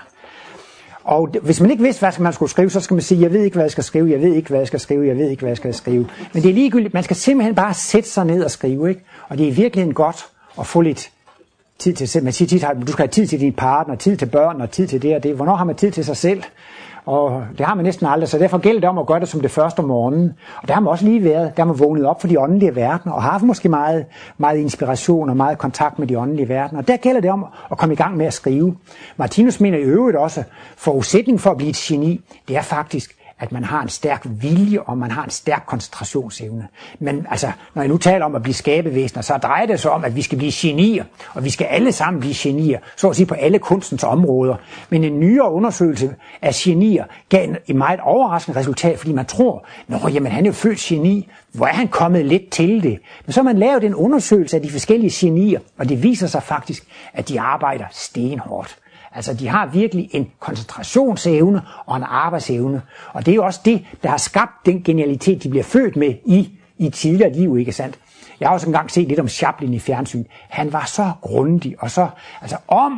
Og hvis man ikke vidste, hvad man skulle skrive, så skal man sige, jeg ved ikke, hvad jeg skal skrive, jeg ved ikke, hvad jeg skal skrive, jeg ved ikke, hvad jeg skal skrive. Men det er ligegyldigt, man skal simpelthen bare sætte sig ned og skrive, ikke? Og det er i virkeligheden godt at få lidt tid til, man siger tit, du skal have tid til din partner, tid til børn og tid til det og det. Hvornår har man tid til sig selv? Og det har man næsten aldrig, så derfor gælder det om at gøre det som det første om morgenen. Og der har man også lige været, der har man vågnet op for de åndelige verdener, og har haft måske meget inspiration og meget kontakt med de åndelige verdener. Og der gælder det om at komme i gang med at skrive. Martinus mener i øvrigt også, forudsætning for at blive et geni, det er faktisk, at man har en stærk vilje, og man har en stærk koncentrationsevne. Men altså, når jeg nu taler om at blive skabevæsener, så drejer det sig om, at vi skal blive genier, og vi skal alle sammen blive genier, så at sige på alle kunstens områder. Men en nyere undersøgelse af genier gav et meget overraskende resultat, fordi man tror, jamen han er jo født geni, hvor er han kommet lidt til det? Men så har man lavet en undersøgelse af de forskellige genier, og det viser sig faktisk, at de arbejder stenhårdt. Altså, de har virkelig en koncentrationsevne og en arbejdsevne. Og det er jo også det, der har skabt den genialitet, de bliver født med i tidligere liv, ikke sandt? Jeg har også engang set lidt om Chaplin i fjernsyn. Han var så grundig, og så om,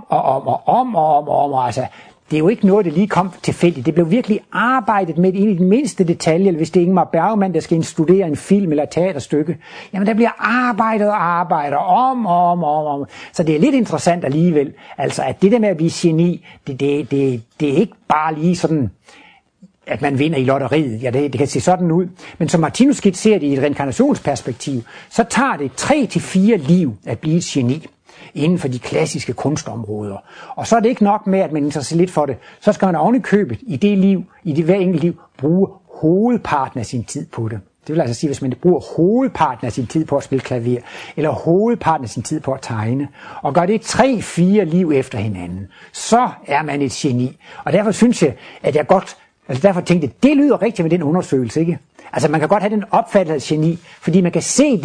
altså, det er jo ikke noget, der lige kom tilfældigt. Det blev virkelig arbejdet med ind i den mindste detalje, eller hvis det er Ingmar Bergman, der skal studere en film eller et teaterstykke. Jamen, der bliver arbejdet om. Så det er lidt interessant alligevel. Altså, at det der med at blive geni, det er ikke bare lige sådan, at man vinder i lotteriet. Ja, det kan se sådan ud. Men som Martinus skitserer det i et reinkarnationsperspektiv, så tager det 3-4 liv at blive et geni inden for de klassiske kunstområder. Og så er det ikke nok med, at man interesserer lidt for det. Så skal man ovenikøbet i det liv, i det hver enkelt liv, bruge hovedparten af sin tid på det. Det vil altså sige, hvis man bruger hovedparten af sin tid på at spille klaver, eller hovedparten af sin tid på at tegne, og gør det 3-4 liv efter hinanden, så er man et geni. Og derfor synes jeg, at jeg godt, derfor tænkte jeg, det lyder rigtigt med den undersøgelse, ikke? Altså man kan godt have den opfattelse af geni, fordi man kan se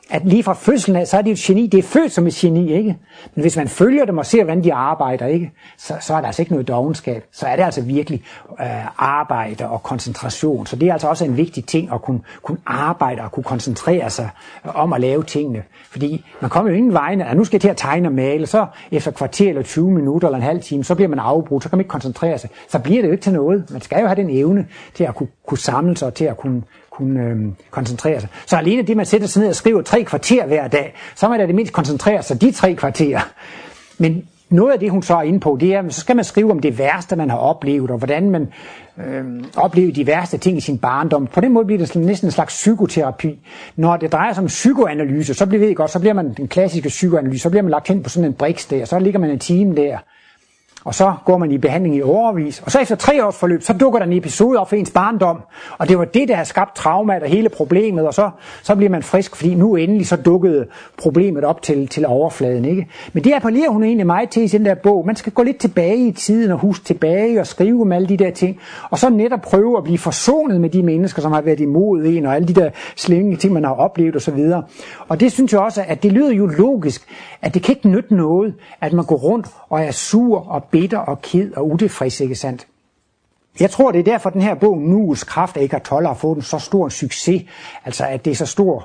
at lige fra fødslen af, så er det jo et geni. Det er født som et geni, ikke? Men hvis man følger dem og ser, hvordan de arbejder, ikke? Så er der altså ikke noget dovenskab. Så er det altså virkelig arbejde og koncentration. Så det er altså også en vigtig ting at kunne arbejde og kunne koncentrere sig om at lave tingene. Fordi man kommer jo ingen vegne, at nu skal jeg til at tegne og male, så efter kvarter eller 20 minutter eller en halv time, så bliver man afbrudt, så kan man ikke koncentrere sig. Så bliver det jo ikke til noget. Man skal jo have den evne til at kunne samle sig og til at kunne koncentrere sig. Så alene det, man sætter sig ned og skriver 3 kvarter hver dag, så er man da det mindst koncentrere sig de 3 kvarter. Men noget af det, hun så er inde på, det er, så skal man skrive om det værste, man har oplevet, og hvordan man oplever de værste ting i sin barndom. På den måde bliver det næsten en slags psykoterapi. Når det drejer sig om psykoanalyse, så bliver man den klassiske psykoanalyse, så bliver man lagt hen på sådan en briks der, så ligger man en time der. Og så går man i behandling i årevis. Og så efter 3 års forløb, så dukker der en episode op for ens barndom. Og det var det, der har skabt traumat og hele problemet. Og så bliver man frisk, fordi nu endelig så dukkede problemet op til overfladen. Ikke? Men det appellerer hun egentlig meget til i den der bog. Man skal gå lidt tilbage i tiden og huske tilbage og skrive om alle de der ting. Og så netop prøve at blive forsonet med de mennesker, som har været imod en. Og alle de der slænge ting, man har oplevet osv. Og det synes jeg også, at det lyder jo logisk, at det kan ikke nytte noget, at man går rundt og er sur og bitter og ked og utilfreds, ikke sandt? Jeg tror, det er derfor, den her bog, Nuets kraft, ikke har tålet at få den så stor en succes. Altså, at det er så stor,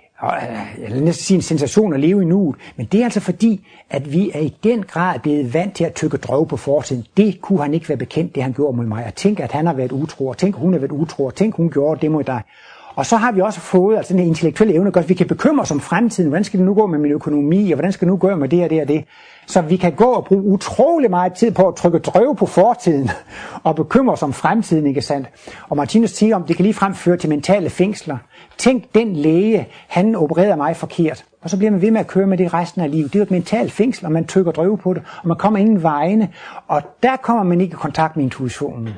jeg vil næsten sige en sensation at leve i nuet. Men det er altså fordi, at vi er i den grad blevet vant til at tykke drøv på fortiden. Det kunne han ikke være bekendt, det han gjorde mod mig. Og tænk, at han har været utro, og tænk, hun har været utro, og tænk, hun gjorde det mod dig. Og så har vi også fået altså den her intellektuelle evne, at vi kan bekymre os om fremtiden. Hvordan skal det nu gå med min økonomi, og hvordan skal det nu gå med det og det og det? Så vi kan gå og bruge utrolig meget tid på at trykke drøv på fortiden og bekymre os om fremtiden, ikke sandt? Og Martinus siger om, det kan ligefrem føre til mentale fængsler. Tænk, den læge, han opererede mig forkert. Og så bliver man ved med at køre med det resten af livet. Det er jo et mentalt fængsel, og man trykker drøv på det, og man kommer ingen vegne. Og der kommer man ikke i kontakt med intuitionen.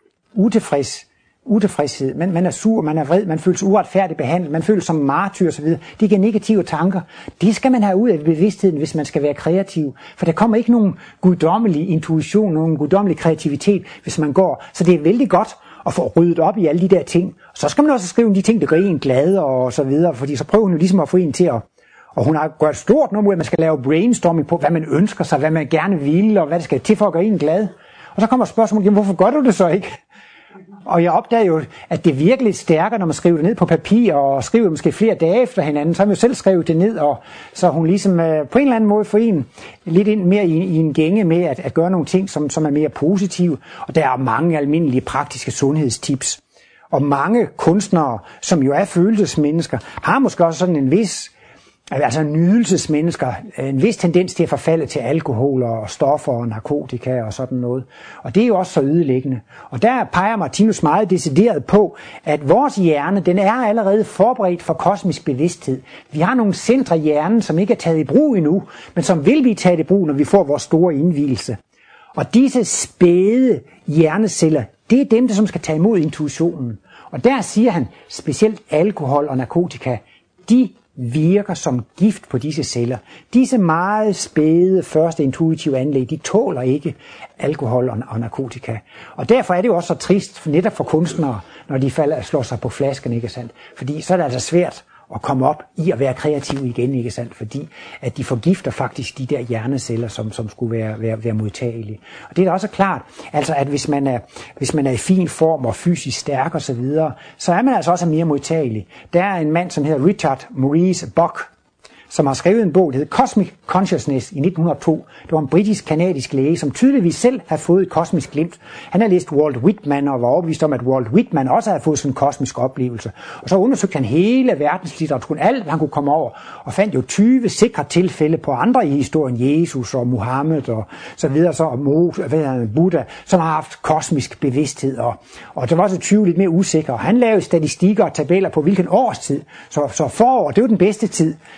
Utilfredshed, man er sur, man er vred, man føler sig uretfærdigt behandlet, man føler sig som martyr osv. Det giver negative tanker. Det skal man have ud af bevidstheden, hvis man skal være kreativ. For der kommer ikke nogen guddommelig intuition, nogen guddommelig kreativitet, hvis man går. Så det er vældig godt at få ryddet op i alle de der ting. Så skal man også skrive om de ting, der gør en glad og så videre, fordi så prøver hun jo ligesom at få en til at... Og hun har gjort stort nummer ud, at man skal lave brainstorming på, hvad man ønsker sig, hvad man gerne vil, og hvad det skal til for at gøre en glad. Og så kommer spørgsmålet, jamen hvorfor gør du det så ikke? Og jeg opdager jo, at det er virkelig stærkere, når man skriver det ned på papir, og skriver måske flere dage efter hinanden, så har man jo selv skrevet det ned, og så hun ligesom på en eller anden måde får en lidt ind mere i en gænge med at gøre nogle ting, som er mere positive. Og der er mange almindelige praktiske sundhedstips. Og mange kunstnere, som jo er følelsesmennesker, har måske også sådan en vis... Altså nydelsesmennesker, en vis tendens til at forfalde til alkohol og stoffer og narkotika og sådan noget. Og det er jo også så ødelæggende. Og der peger Martinus meget decideret på, at vores hjerne, den er allerede forberedt for kosmisk bevidsthed. Vi har nogle centre i hjernen, som ikke er taget i brug endnu, men som vil blive taget i brug, når vi får vores store indvielse. Og disse spæde hjerneceller, det er dem, der som skal tage imod intuitionen. Og der siger han, specielt alkohol og narkotika, de virker som gift på disse celler. Disse meget spæde første intuitive anlæg, de tåler ikke alkohol og narkotika. Og derfor er det jo også så trist, netop for kunstnere, når de slår sig på flasken, ikke sandt? Fordi så er det altså svært at komme op i at være kreativ igen, ikke sandt? Fordi at de forgifter faktisk de der hjerneceller, som skulle være modtagelige. Og det er da også klart, altså at hvis man er i fin form og fysisk stærk og så videre, så er man altså også mere modtagelig. Der er en mand, som hedder Richard Maurice Bock, som har skrevet en bog, der hedder Cosmic Consciousness i 1902. Det var en britisk-kanadisk læge, som tydeligvis selv havde fået et kosmisk glimt. Han havde læst Walt Whitman og var overbevist om, at Walt Whitman også havde fået sådan en kosmisk oplevelse. Og så undersøgte han hele verdenslitteraturen, alt hvad han kunne komme over, og fandt jo 20 sikre tilfælde på andre i historien, Jesus og Muhammed og så videre, og Buddha, som har haft kosmisk bevidsthed. Og der var også 20 lidt mere usikre. Han lavede statistikker og tabeller på hvilken årstid. Så forår, det var den bedste tid, lige der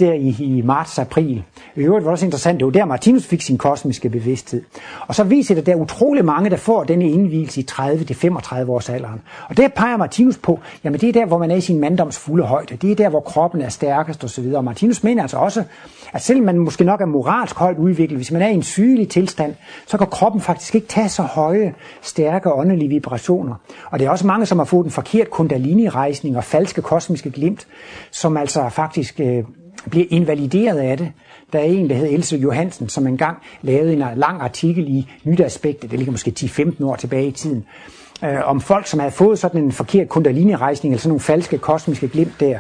der i marts-april. I øvrigt var det også interessant, det var der Martinus fik sin kosmiske bevidsthed. Og så viser det, at der er utrolig mange, der får denne indvielse i 30-35 års alderen. Og der peger Martinus på, jamen det er der, hvor man er i sin manddoms fulde højde. Det er der, hvor kroppen er stærkest osv. Og Martinus mener altså også, at selvom man måske nok er moralsk højt udviklet, hvis man er i en sygelig tilstand, så kan kroppen faktisk ikke tage så høje, stærke åndelige vibrationer. Og det er også mange, som har fået en forkert kundalini-rejsning og falske kosmiske glimt, som altså faktisk bliver invalideret af det. Der er en, der hedder Else Johansen, som engang lavede en lang artikel i Nyt Aspekt, det ligger måske 10-15 år tilbage i tiden, om folk, som havde fået sådan en forkert kundalini-rejsning, eller sådan nogle falske kosmiske glimt der.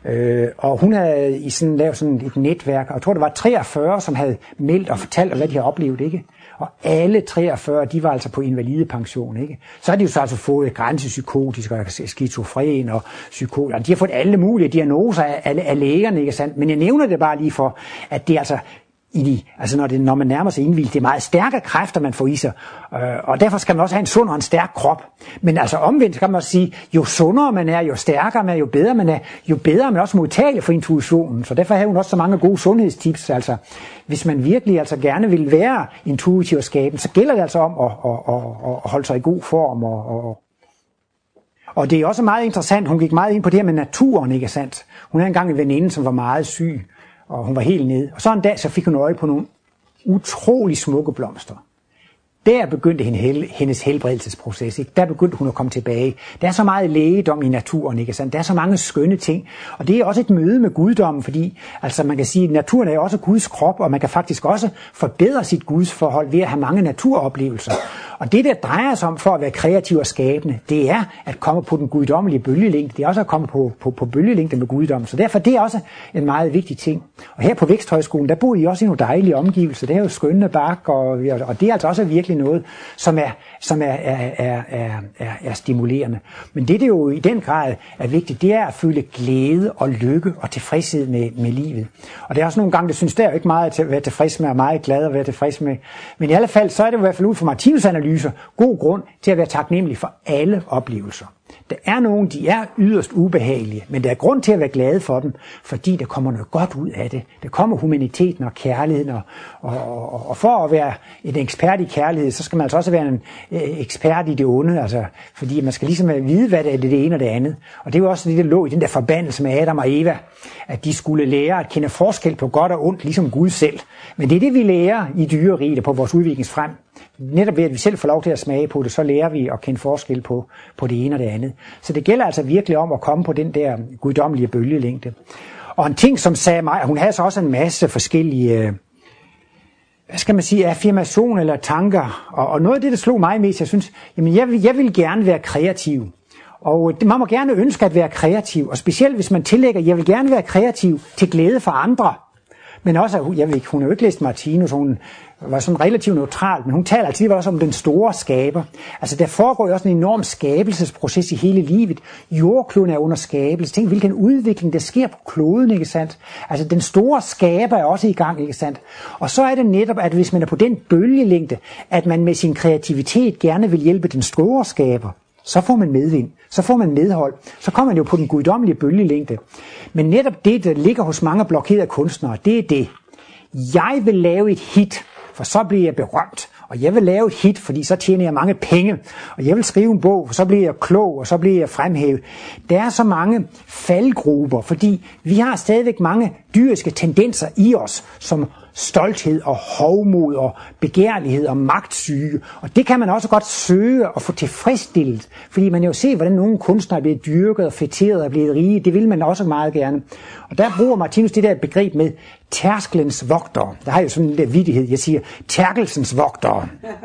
Og hun havde lavet sådan et netværk, og jeg tror, det var 43, som havde meldt og fortalt, hvad de havde oplevet, ikke? Og alle 43, de var altså på invalidepension, ikke? Så har de jo så altså fået grænsepsykotisk og skizofren og psykose. De har fået alle mulige diagnoser af lægerne, ikke sandt? Men jeg nævner det bare lige for, at det altså når man nærmer sig indvildt, det er meget stærke kræfter, man får i sig, og derfor skal man også have en sund og en stærk krop. Men altså omvendt kan man også sige, jo sundere man er, jo stærkere man er, jo bedre man er, jo bedre er man også modtagelig for intuitionen. Så derfor har hun også så mange gode sundhedstips. Altså, hvis man virkelig altså gerne vil være intuitiv og skabende, så gælder det altså om at holde sig i god form. Og det er også meget interessant, hun gik meget ind på det her med naturen, ikke sandt? Hun havde engang en veninde, som var meget syg, og hun var helt nede. Og så en dag, så fik hun øje på nogle utrolig smukke blomster. Der begyndte hendes helbredelsesproces, ikke? Der begyndte hun at komme tilbage. Der er så meget lægedom i naturen, ikke sandt? Der er så mange skønne ting. Og det er også et møde med guddommen, fordi altså man kan sige, at naturen er også Guds krop, og man kan faktisk også forbedre sit gudsforhold ved at have mange naturoplevelser. Og det, der drejer sig om for at være kreativ og skabende, det er at komme på den guddommelige bølgelængde. Det er også at komme på bølgelængde med guddommen. Så derfor det er også en meget vigtig ting. Og her på Væksthøjskolen, der bor I også i nogle dejlige omgivelser. Det er jo skønne bak, og det er altså også virkelig noget, som er stimulerende. Men det jo i den grad er vigtigt, det er at føle glæde og lykke og tilfredshed med livet. Og det er også nogle gange, det synes der er jo ikke meget at være tilfreds med, og meget glad at være tilfreds med. Men i alle fald, så er det i hvert fald ud fra Martinus analyser god grund til at være taknemmelig for alle oplevelser. Der er nogen, de er yderst ubehagelige, men der er grund til at være glade for dem, fordi der kommer noget godt ud af det. Der kommer humaniteten og kærligheden, og for at være en ekspert i kærlighed, så skal man altså også være en ekspert i det onde, altså, fordi man skal ligesom vide, hvad det er det ene og det andet. Og det er jo også det, der lå i den der forbandelse med Adam og Eva, at de skulle lære at kende forskel på godt og ondt, ligesom Gud selv. Men det er det, vi lærer i dyreriget på vores udviklingsfrem. Netop ved, at vi selv får lov til at smage på det, så lærer vi at kende forskel på det ene og det andet. Så det gælder altså virkelig om at komme på den der guddommelige bølgelængde. Og en ting, som sagde mig, hun havde så også en masse forskellige, hvad skal man sige, affirmationer eller tanker. Og noget af det, der slog mig mest, jeg synes, jamen jeg vil gerne være kreativ. Og man må gerne ønske at være kreativ, og specielt hvis man tillægger, jeg vil gerne være kreativ til glæde for andre. Men også, jeg ved ikke, hun har jo ikke læst Martinus, hun var sådan relativt neutral, men hun taler altid også om den store skaber. Altså der foregår jo også en enorm skabelsesproces i hele livet. Jordkloden er under skabelse. Tænk, hvilken udvikling der sker på kloden, ikke sandt? Altså den store skaber er også i gang, ikke sandt? Og så er det netop, at hvis man er på den bølgelængde, at man med sin kreativitet gerne vil hjælpe den store skaber, så får man medvind, så får man medhold, så kommer man jo på den guddommelige bølgelængde. Men netop det, der ligger hos mange blokerede kunstnere, det er det. Jeg vil lave et hit, for så bliver jeg berømt. Og jeg vil lave et hit, fordi så tjener jeg mange penge. Og jeg vil skrive en bog, for så bliver jeg klog, og så bliver jeg fremhævet. Der er så mange faldgrupper, fordi vi har stadigvæk mange dyriske tendenser i os, som stolthed og hovmod og begærlighed og magtsyge. Og det kan man også godt søge og få tilfredsstillet, fordi man jo ser, hvordan nogle kunstnere er blevet dyrket og fætteret og er blevet rige. Det vil man også meget gerne. Og der bruger Martinus det der begreb med tærskelens vogtere. Der har jo sådan en der vittighed, jeg siger tærkelsens vogtere.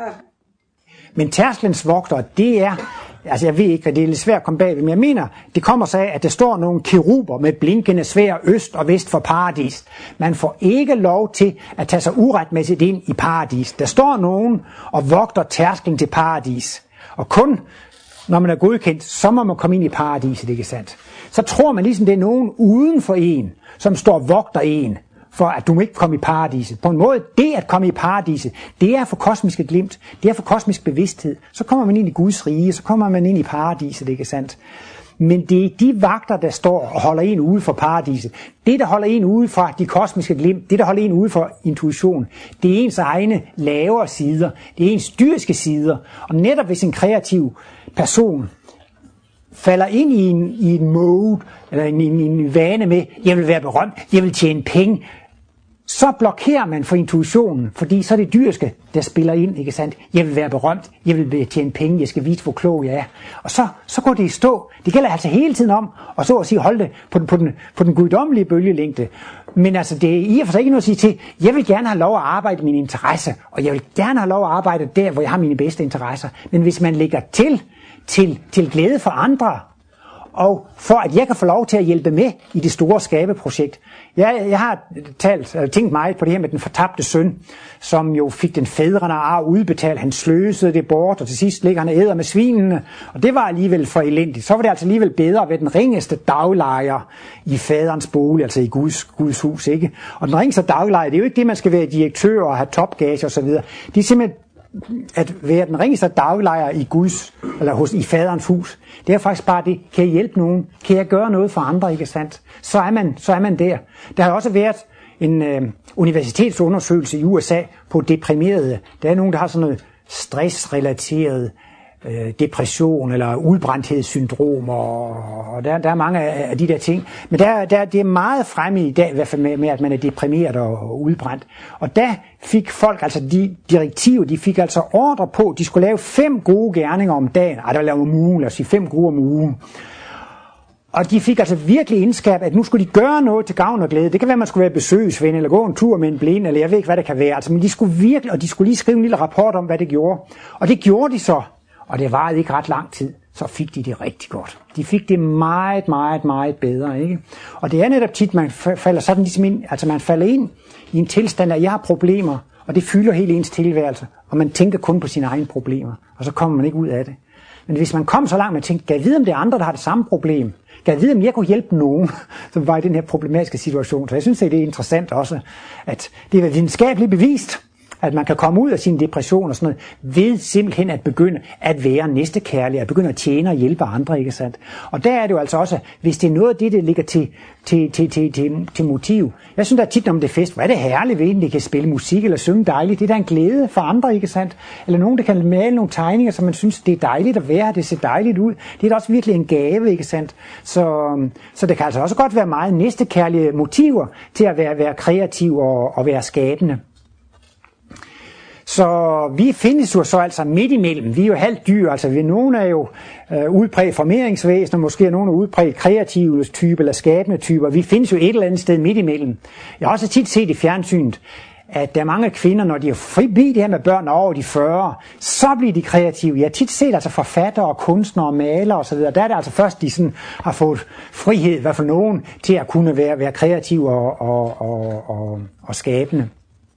Men tærskelens vogtere, det er, altså jeg ved ikke, det er lidt svært at komme bagved, men jeg mener, det kommer sig af, at der står nogle keruber med blinkende sværd øst og vest for paradis. Man får ikke lov til at tage sig uretmæssigt ind i paradis. Der står nogen og vogter tærsklen til paradis. Og kun når man er godkendt, så må man komme ind i paradiset, ikke sandt? Så tror man ligesom, det er nogen uden for en, som står og vogter en, for at du må ikke komme i paradiset. På en måde, det at komme i paradiset, det er for kosmiske glimt, det er for kosmisk bevidsthed. Så kommer man ind i Guds rige, så kommer man ind i paradiset, ikke sandt? Men det er de vagter, der står og holder en ude for paradiset. Det, der holder en ude fra de kosmiske glimt, det, der holder en ude for intuition, det er ens egne lavere sider, det er ens dyriske sider. Og netop hvis en kreativ person falder ind i en mode, eller en vane med, jeg vil være berømt, jeg vil tjene penge, så blokerer man for intuitionen, fordi så er det dyriske, der spiller ind, ikke sandt? Jeg vil være berømt, jeg vil tjene penge, jeg skal vise, hvor klog jeg er. Og så går det i stå. Det gælder altså hele tiden om, og så at sige, holde det på den guddommelige bølgelængde. Men altså, det er i og for sig ikke noget at sige til, jeg vil gerne have lov at arbejde min interesse, og jeg vil gerne have lov at arbejde der, hvor jeg har mine bedste interesser. Men hvis man lægger til glæde for andre, og for at jeg kan få lov til at hjælpe med i det store skabeprojekt. Jeg har tænkt meget på det her med den fortabte søn, som jo fik den fædrene arv udbetalt. Han sløsede det bort, og til sidst ligger han og æder med svinene. Og det var alligevel for elendigt. Så var det altså alligevel bedre at være den ringeste daglejer i faderens bolig, altså i Guds hus, ikke? Og den ringeste daglejer, det er jo ikke det, man skal være direktør og have topgage og så videre. Det er simpelthen at være den ringeste daglejer i faderens hus. Det er faktisk bare det. Kan jeg hjælpe nogen? Kan jeg gøre noget for andre, ikke sandt? Så er man der. Der har også været en universitetsundersøgelse i USA på deprimerede. Der er nogen, der har sådan noget stressrelateret depression eller udbrændthedssyndrom, og der er mange af de der ting. Men det er meget fremme i dag, i hvert fald med at man er deprimeret og udbrændt. Og der fik folk, altså de direktiver, de fik altså ordre på, de skulle lave 5 gode gerninger om dagen. Der var lavet om ugen, lad os sige 5 gode om ugen. Og de fik altså virkelig indskab, at nu skulle de gøre noget til gavn og glæde. Det kan være, at man skulle være besøgsven, eller gå en tur med en blind, eller jeg ved ikke, hvad det kan være. Altså, men de skulle virkelig, og de skulle lige skrive en lille rapport om, hvad det gjorde. Og det gjorde de så. Og det varede ikke ret lang tid, så fik de det rigtig godt. De fik det meget, meget, meget bedre, ikke? Og det er netop tit, man falder sådan ligesom ind, altså man falder ind i en tilstand, at jeg har problemer, og det fylder hele ens tilværelse, og man tænker kun på sine egne problemer, og så kommer man ikke ud af det. Men hvis man kom så langt, man tænkte, kan jeg vide, om det er andre, der har det samme problem? Kan jeg vide, om jeg kunne hjælpe nogen, som var i den her problematiske situation? Så jeg synes, det er interessant også, at det er videnskabeligt bevist, at man kan komme ud af sin depression og sådan noget, ved simpelthen at begynde at være næstekærlig, at begynde at tjene og hjælpe andre, ikke sandt? Og der er det jo altså også, hvis det er noget af det, der ligger til motiv. Jeg synes, der er tit om det fest, hvor er det herligt ved, at de kan spille musik eller synge dejligt. Det er da en glæde for andre, ikke sandt? Eller nogen, der kan male nogle tegninger, som man synes, det er dejligt at være, det ser dejligt ud. Det er da også virkelig en gave, ikke sandt? Så det kan altså også godt være meget næstekærlige motiver til at være kreativ og være skabende. Så vi findes jo så altså midt imellem. Vi er jo halvt dyr, altså nogle er jo udpræget formeringsvæsener, måske er nogle udpræget kreative typer eller skabende typer. Vi findes jo et eller andet sted midt imellem. Jeg har også tit set i fjernsynet, at der er mange kvinder, når de er forbi det her med børn over de 40, så bliver de kreative. Jeg har tit set altså forfattere og kunstnere og malere osv. Der er det altså først, de sådan har fået frihed, i hvert fald nogen, til at kunne være kreative og skabende.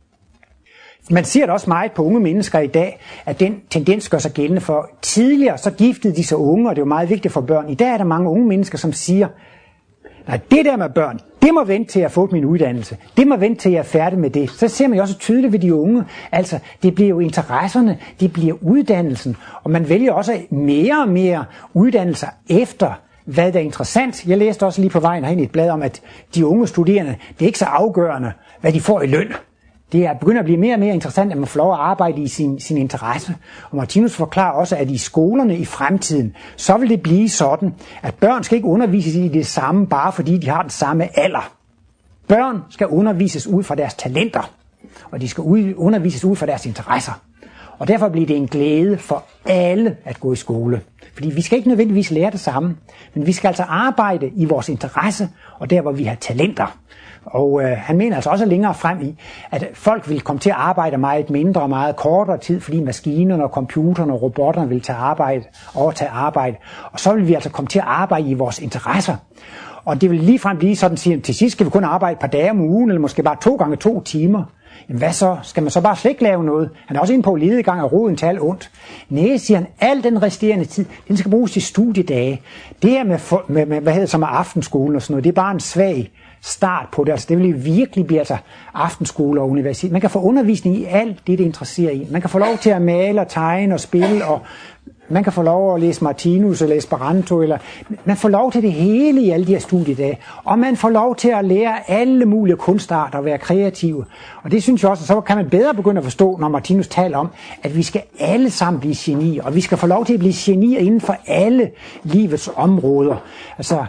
Man ser det også meget på unge mennesker i dag, at den tendens gør sig gældende, for tidligere så giftede de sig unge, og det er jo meget vigtigt for børn. I dag er der mange unge mennesker, som siger, nej, det der med børn, det må vente til at få min uddannelse. Det må vente til at jeg er færdig med det. Så ser man jo også tydeligt ved de unge. Altså, det bliver jo interesserne, det bliver uddannelsen, og man vælger også mere og mere uddannelser efter, hvad der er interessant. Jeg læste også lige på vejen herinde i et blad om, at de unge studerende, det er ikke så afgørende, hvad de får i løn. Det begynder at blive mere og mere interessant, at man får lov at arbejde i sin interesse. Og Martinus forklarer også, at i skolerne i fremtiden, så vil det blive sådan, at børn skal ikke undervises i det samme, bare fordi de har den samme alder. Børn skal undervises ud fra deres talenter, og de skal undervises ud fra deres interesser. Og derfor bliver det en glæde for alle at gå i skole. Fordi vi skal ikke nødvendigvis lære det samme, men vi skal altså arbejde i vores interesse, og der hvor vi har talenter. Og han mener altså også længere frem i, at folk vil komme til at arbejde meget mindre og meget kortere tid, fordi maskinerne og computerne og robotterne vil overtage arbejde. Og så vil vi altså komme til at arbejde i vores interesser. Og det vil ligefrem blive sådan, at til sidst skal vi kun arbejde et par dage om ugen, eller måske bare 2 gange 2 timer. Jamen hvad så? Skal man så bare slet ikke lave noget? Han er også inde på ledegang og roden til alt ondt. Næh, siger han, al den resterende tid, den skal bruges til studiedage. Det her med aftenskolen og sådan noget, det er bare en svag start på det. Altså det vil virkelig blive altså aftenskole og universitet. Man kan få undervisning i alt det, det interesserer i. Man kan få lov til at male og tegne og spille og Man kan få lov at læse Martinus eller Esperanto, eller man får lov til det hele i alle de her studiedage. Og man får lov til at lære alle mulige kunstarter og være kreative. Og det synes jeg også, så kan man bedre begynde at forstå, når Martinus taler om, at vi skal alle sammen blive genier, og vi skal få lov til at blive genier inden for alle livets områder. Altså,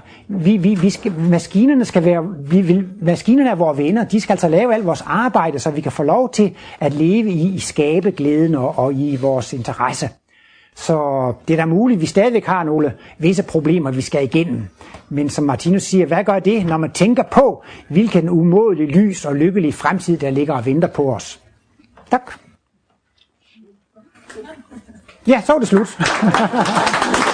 maskinerne er vores venner, de skal altså lave alt vores arbejde, så vi kan få lov til at leve i skabeglæden og i vores interesse. Så det er da muligt, at vi stadigvæk har nogle visse problemer, vi skal igennem. Men som Martinus siger, hvad gør det, når man tænker på, hvilken umådelig lys og lykkelig fremtid, der ligger og venter på os? Tak. Ja, så er det slut.